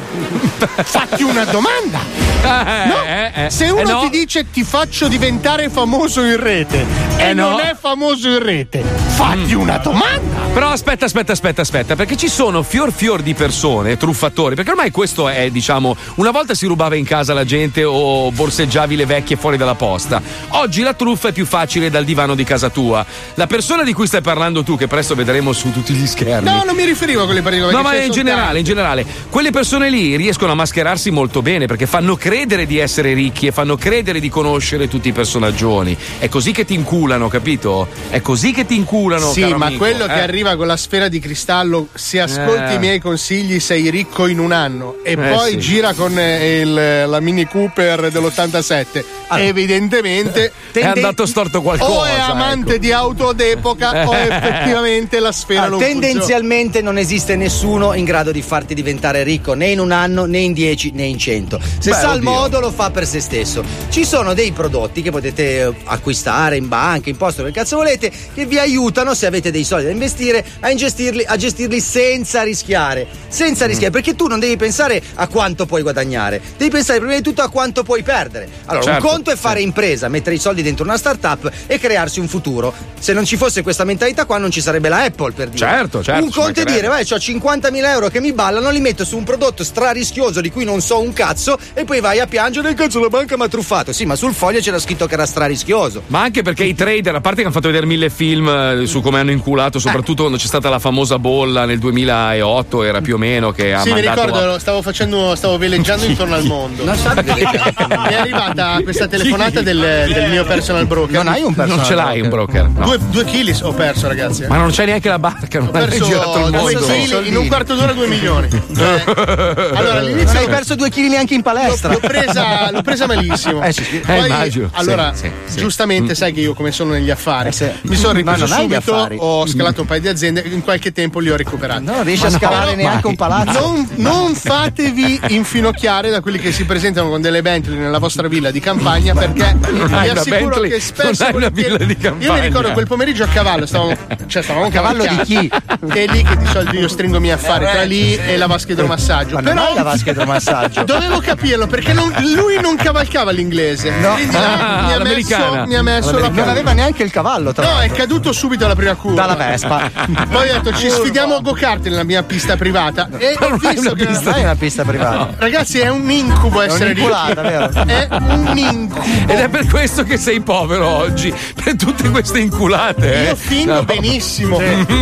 fatti una domanda. No? eh, eh. Se uno Eh, no. ti dice ti faccio diventare famoso in rete Eh, e no. non è famoso in rete, fatti Mm. una domanda. Però aspetta, aspetta, aspetta, aspetta, perché ci sono fior fior di persone, truffatori, perché ormai questo è, diciamo, una volta si rubava in casa la gente o borseggiavi le vecchie fuori dalla posta. Oggi la truffa è più facile dal divano di casa tua. La persona di cui stai parlando tu, che presto vedremo su tutti gli schermi. No, non mi riferivo a quelle particolari. No, ma ce ne in sono generale, tante. in generale, quelle persone lì riescono a mascherarsi molto bene perché fanno credere di essere ricchi e fanno credere di conoscere tutti i personaggioni. È così che ti inculano, capito? È così che ti inculano. Sì, caro ma amico. quello che Eh. arriva con la sfera di cristallo, se ascolti Eh. i miei consigli sei ricco in un anno e Eh, poi sì. gira con eh, il- la Mini Cooper dell'ottantasette, evidentemente È andato storto qualcosa. o è amante ecco. di auto d'epoca o effettivamente la sfera Ah, non tendenzialmente non esiste nessuno in grado di farti diventare ricco né in un anno né in dieci né in cento. Se Beh, sa il oddio. modo lo fa per se stesso. Ci sono dei prodotti che potete eh, acquistare in banca, in posto, che cazzo volete, che vi aiutano, se avete dei soldi da investire, a gestirli, a gestirli senza rischiare. Senza Mm. rischiare, perché tu non devi pensare a quanto puoi guadagnare, devi pensare prima di tutto a quanto puoi perdere. Allora, Certo, un conto è fare impresa, mettere i soldi dentro una startup e crearsi un futuro. Se non ci fosse questa mentalità qua non ci sarebbe la Apple, per dire. Certo, certo, Un ci conto è mancherebbe. dire, vai, ho cinquantamila euro che mi ballano, li metto su un prodotto strarischioso di cui non so un cazzo e poi vai a piangere, il cazzo la banca mi ha truffato. Sì, ma sul foglio c'era scritto che era strarischioso. Ma anche perché i trader, a parte che hanno fatto vedere mille film eh, su come hanno inculato, soprattutto quando c'è stata la famosa bolla nel duemilaotto, era più o meno che ha Sì, mi mandato ricordo, a- stavo facendo, stavo veleggiando intorno al mondo. Non so mi è arrivata questa telefonata del, del mio personal broker. Non hai un personal Non ce l'hai un broker? No. Due, due chili ho perso, ragazzi. Ma non c'è neanche la barca, non Ho hai mai perso girato il due mondo. chili in un quarto d'ora due milioni. Eh, allora Non all'inizio hai perso due chili neanche in palestra. l'ho presa, l'ho presa malissimo. Eh, sì, sì. Poi, Eh, immagino. allora, Sì, sì, sì. giustamente sai che io come sono negli affari. Eh, sì. Mi sono Ma ripreso non hai gli subito, affari. ho scalato un paio di aziende, in qualche tempo li ho recuperati. No, non riesci Ma a no, scalare no, neanche mai. un palazzo. Non, non fatevi infinocchiare da quelli che si presentano con delle Bentley nella vostra villa di campagna, perché Non vi hai una assicuro Bentley, che spesso non hai una volentieri- villa di io mi campagna. ricordo quel pomeriggio a cavallo, stavamo, cioè stavamo A cavallo di chi? Che è lì che di solito io stringo i miei affari, tra lì e la vasca idromassaggio. Ma non Però hai la vasca idromassaggio. dovevo capirlo perché non- lui non cavalcava l'inglese. No. Quindi là, Ah, mi ha l'americana. messo, mi ha messo la Non aveva neanche il cavallo, tra No, è l'altro. caduto subito alla prima curva. Dalla Vespa. Poi ho detto ci sfidiamo a go-kart nella mia pista privata. E ho Non hai visto una che Non hai una pista privata. ragazzi è un incubo essere ricchi. un'inculata, vero? È un incubo. Ed è per questo che sei povero oggi, per tutte queste inculate. eh. Io fingo No. benissimo.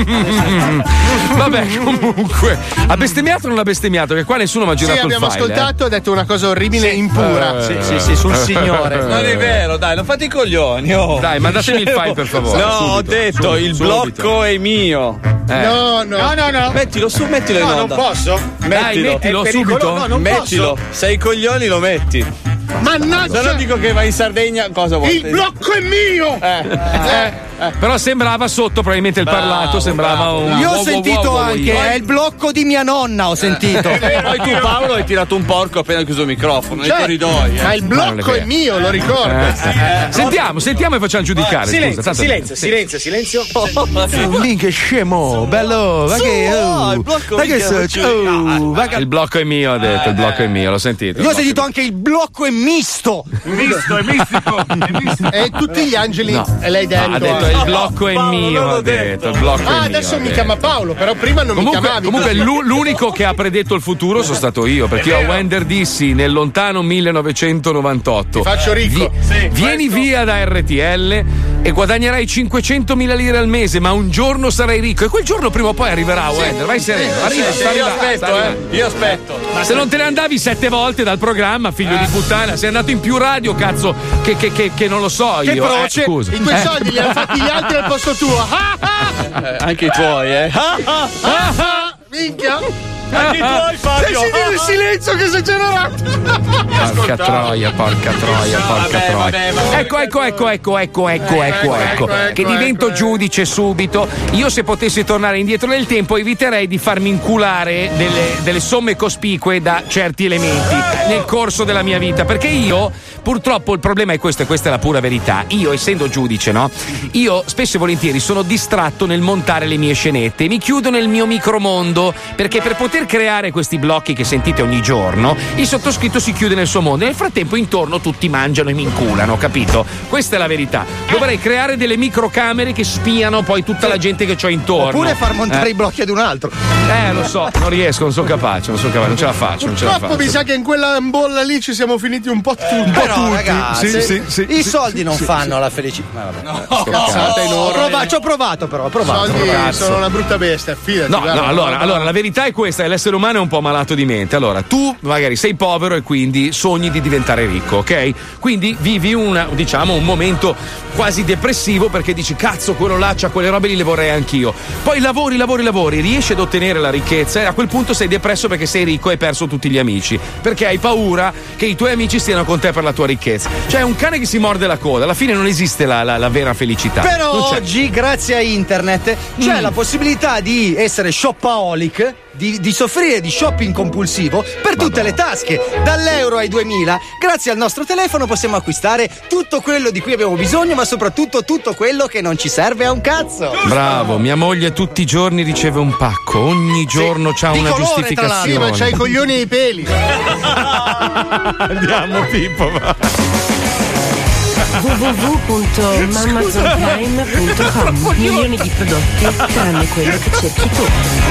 Vabbè, comunque, ha bestemmiato o non ha bestemmiato? Che qua nessuno mi ha Sì, girato il abbiamo file. ascoltato, ha detto una cosa orribile impura. Eh. Sì, sì, sì, sul signore. Non è vero, dai, non fate i coglioni. Oh. Dai, mandatemi il file, per favore, No, subito, ho detto subito, il subito. blocco è mio. Eh. No, no. No, no, no. Mettilo su, mettilo in No, non onda. posso. Dai, mettilo È pericolo- subito. no, non Mettilo. posso. Se hai i coglioni lo metti. Mannaggia. Se no dico che vai in Sardegna, cosa vuoi? Il blocco è mio. Eh. Però sembrava sotto, probabilmente il Bravo, parlato sembrava bravo, un. Io ho wow, wow, sentito wow, wow, anche, wow. è il blocco di mia nonna, ho sentito. Poi tu Paolo hai tirato un porco appena chiuso il microfono nei Cioè, corridoi. ma Eh. il blocco è mio, lo ricordo. Eh, eh. Sentiamo, sentiamo e facciamo giudicare. Silenzio, scusa, tanto- silenzio, sì. silenzio, silenzio. Minchia scemo, bello, ma che oh, il blocco ma che mica non so- ci- oh, ma che- Il blocco è mio, ha detto, il blocco è mio, l'ho sentito. Io ho sentito anche il blocco è misto. Misto, è mistico. È mistico. E tutti gli angeli, No. e lei detto. Ha detto eh. il blocco è Paolo, mio, non l'ho ha detto, il blocco è mio. Ah, adesso ha mi detto. chiama Paolo, però prima non mi Comunque, chiamavi. comunque così. l'u- l'unico che ha predetto il futuro sono stato io, perché io a Wender dissi nel lontano millenovecentovantotto. Ti faccio ricco. Vi- Sì, vieni questo- via da R T L e guadagnerai cinquecentomila lire al mese, ma un giorno sarai ricco e quel giorno prima o poi arriverà, Wender, vai sereno. Arriva, sì, sta io arrivando, aspetto, sta arrivando. eh. Io aspetto. Ma se non te ne andavi sette volte dal programma, figlio Eh. di puttana, sei andato in più radio, cazzo, che, che, che, che non lo so Che io. croce, eh, scusa. i tuoi Eh. soldi li hanno fatti gli altri al posto tuo. Ah, ah, Eh, anche i tuoi, eh. ah, ah, ah, minchia. Anche i tuoi, Fabio. Sei sentito il silenzio che si è generato? Porca troia, porca troia, No, porca vabbè, troia. vabbè, vabbè. Ecco, ecco, ecco, ecco, ecco, ecco, ecco, ecco, che divento giudice subito. Io se potessi tornare indietro nel tempo eviterei di farmi inculare delle, delle somme cospicue da certi elementi nel corso della mia vita, perché io purtroppo il problema è questo e questa è la pura verità. Io essendo giudice, no? Io spesso e volentieri sono distratto nel montare le mie scenette, mi chiudo nel mio micromondo, perché per poter creare questi blocchi che sentite ogni giorno, il sottoscritto si chiude nel suo mondo e nel frattempo intorno tutti mangiano e mi inculano, capito? Questa è la verità. Dovrei creare delle microcamere che spiano poi tutta la gente che ho intorno. Oppure far montare Eh. i blocchi ad un altro. Eh, lo so, non riesco, non sono capace, non sono capace, non ce la faccio, non ce la Purtroppo faccio. mi sa che in quella bolla lì ci siamo finiti un po' tutti. Un po' Però, tutti. ragazzi, Sì, sì, sì, i sì, soldi sì, non sì, fanno sì. la felicità. Ma vabbè. No, cazzata Ho enorme. prova- ci ho provato, però. Ho I provato. soldi Cazzo. sono una brutta bestia, fidati. No, guarda, no, allora, guarda. allora, la verità è questa, l'essere umano è un po' malato di mente. Allora, tu magari sei povero e quindi sogni di diventare ricco, ok? Quindi vivi una, diciamo, un momento quasi depressivo perché dici, cazzo, quello là c'ha quelle robe lì, le vorrei anch'io. Poi lavori, lavori, lavori, riesci ad ottenere la ricchezza e a quel punto sei depresso perché sei ricco e hai perso tutti gli amici. Perché hai paura che i tuoi amici stiano con te per la tua ricchezza. Cioè, è un cane che si morde la coda, alla fine non esiste la, la, la vera felicità. Però Non c'è. oggi, grazie a internet, c'è Mm. la possibilità di essere shopaholic, di, di soffrire di shopping compulsivo per tutte le tasche, dall'euro ai duemila. Grazie al nostro telefono possiamo acquistare tutto quello di cui abbiamo bisogno, ma soprattutto tutto quello che non ci serve a un cazzo. Bravo, mia moglie tutti i giorni riceve un pacco, ogni giorno c'ha di una colore, tra giustificazione. Sì, ma c'hai i coglioni e i peli. Andiamo, Pippo, va. w w w punto amazon prime punto com. Milioni di prodotti tranne quello che cerchi tu.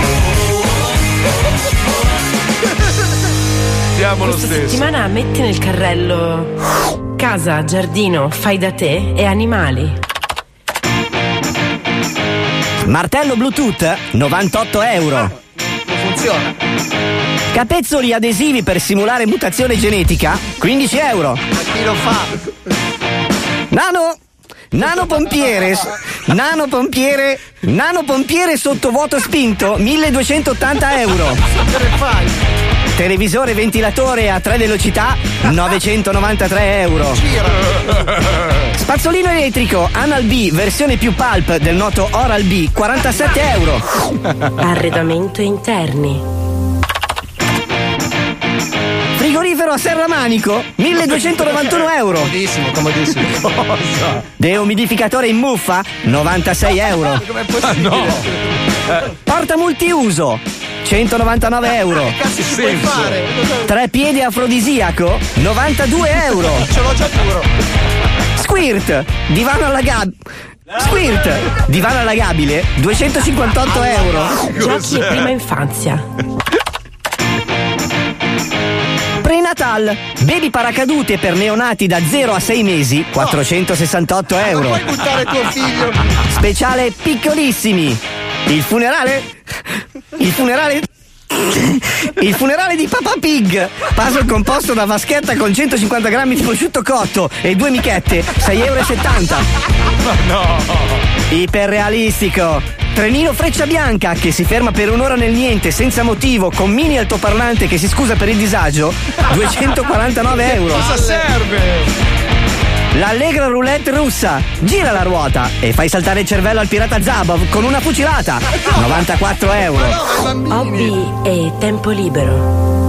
Siamo lo Questa stesso. settimana metti nel carrello casa, giardino, fai da te e animali. Martello Bluetooth novantotto euro. Non funziona. Capezzoli adesivi per simulare mutazione genetica quindici euro. Ma chi lo fa? Nano Nano pompiere Nano pompiere Nano pompiere sottovuoto spinto milleduecentottanta euro. Che fai? Televisore ventilatore a tre velocità novecentonovantatré euro. Spazzolino elettrico Anal B versione più pulp del noto Oral B quarantasette euro. Arredamento interni. Frigorifero a serramanico milleduecentonovantuno euro. Comodissimo, comodissimo. Cosa? Deumidificatore in muffa novantasei euro. Com'è possibile? Porta multiuso centonovantanove euro. Che cazzo ci puoi fare? Tre piedi afrodisiaco novantadue euro. Ce l'ho già puro. Squirt divano allagabile. Squirt divano allagabile duecentocinquantotto euro. Giochi e prima infanzia. Prenatal baby paracadute per neonati da zero a sei mesi quattrocentosessantotto euro. Non puoi buttare tuo figlio. Speciale piccolissimi. Il funerale? Il funerale? Il funerale di Papa Pig. Puzzle composto da vaschetta con centocinquanta grammi di prosciutto cotto e due michette, sei euro e settanta. Ma no! Iperrealistico. Trenino Freccia Bianca che si ferma per un'ora nel niente senza motivo con mini altoparlante che si scusa per il disagio duecentoquarantanove euro. Cosa serve? L'Allegra roulette russa. Gira la ruota e fai saltare il cervello al pirata Zabov con una fucilata. novantaquattro euro. Hobby e tempo libero.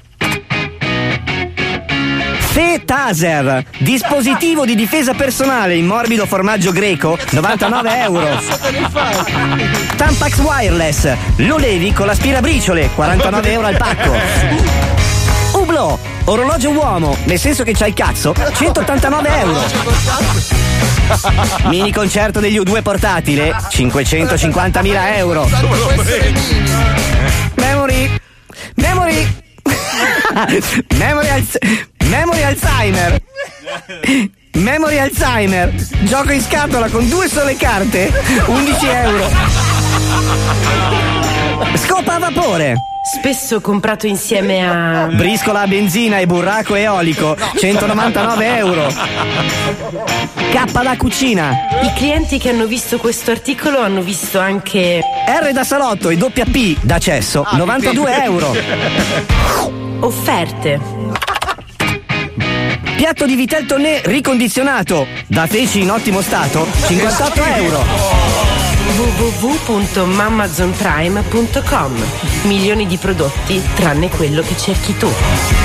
Fe Taser. Dispositivo di difesa personale in morbido formaggio greco. novantanove euro. Tampax wireless. Lo levi con l'aspirabriciole. quarantanove euro al pacco. Hublot, orologio uomo, nel senso che c'hai il cazzo, centottantanove euro. Mini concerto degli U due portatile, cinquecentocinquantamila euro. Memory, memory, memory, Alz- memory Alzheimer. Memory Alzheimer, gioco in scatola con due sole carte, undici euro. Scopa a vapore. Spesso comprato insieme a briscola a benzina e burraco eolico, centonovantanove euro. K da cucina. I clienti che hanno visto questo articolo hanno visto anche R da salotto e doppia P da cesso, ah, novantadue euro. Offerte. Piatto di vitel tonné ricondizionato da feci in ottimo stato, cinquantotto euro. w w w punto amazon prime punto com. Milioni di prodotti tranne quello che cerchi tu.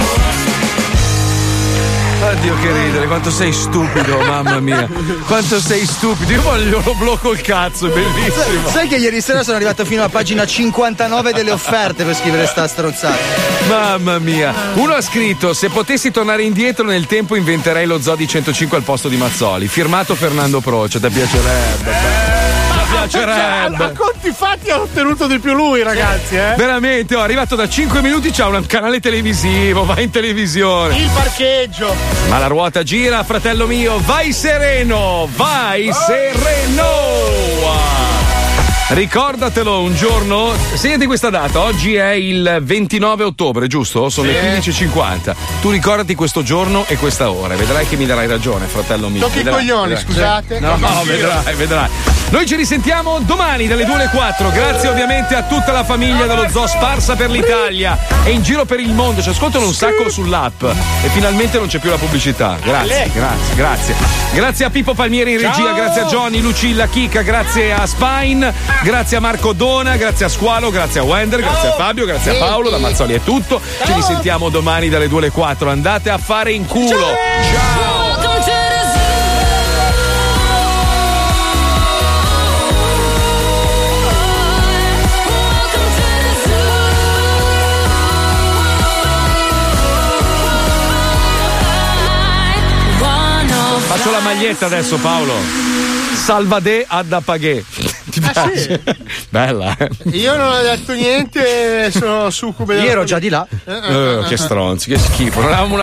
Oddio che ridere, quanto sei stupido, mamma mia. Quanto sei stupido. Io voglio lo blocco il cazzo, è bellissimo. Sai che ieri sera sono arrivato fino alla pagina cinquantanove delle offerte per scrivere sta strozzata. Mamma mia. Uno ha scritto: se potessi tornare indietro nel tempo inventerei lo Zoo di centocinque al posto di Mazzoli. Firmato Fernando Proce, ti piacerebbe? A, a conti fatti ha ottenuto di più lui, ragazzi, eh? Veramente, ho arrivato da cinque minuti, c'ha un canale televisivo, vai in televisione. Il parcheggio. Ma la ruota gira, fratello mio, vai sereno, vai sereno. Ricordatelo un giorno, segnati questa data, oggi è il ventinove ottobre, giusto? Sono sì. Le quindici e cinquanta. Tu ricordati questo giorno e questa ora, vedrai che mi darai ragione, fratello mio. Tocchi i coglioni, vedrai. Scusate. No, no, vedrai, vedrai. Noi ci risentiamo domani dalle due alle quattro, grazie ovviamente a tutta la famiglia dello Zoo sparsa per l'Italia e in giro per il mondo, ci ascoltano un sacco sull'app e finalmente non c'è più la pubblicità. Grazie, grazie, grazie. Grazie a Pippo Palmieri in regia, grazie a Johnny, Lucilla, Chica, grazie a Spine, grazie a Marco Dona, grazie a Squalo, grazie a Wender, grazie a Fabio, grazie a Paolo, da Mazzoli è tutto. Ci risentiamo domani dalle due alle quattro, andate a fare in culo. Ciao! Faccio la maglietta adesso, Paolo. Salvadé ad apaghe. Ti piace? Ah, sì? Bella, eh? Io non ho detto niente, sono succube. Io ero già di là. Eh, che stronzi, che schifo. Non avevamo una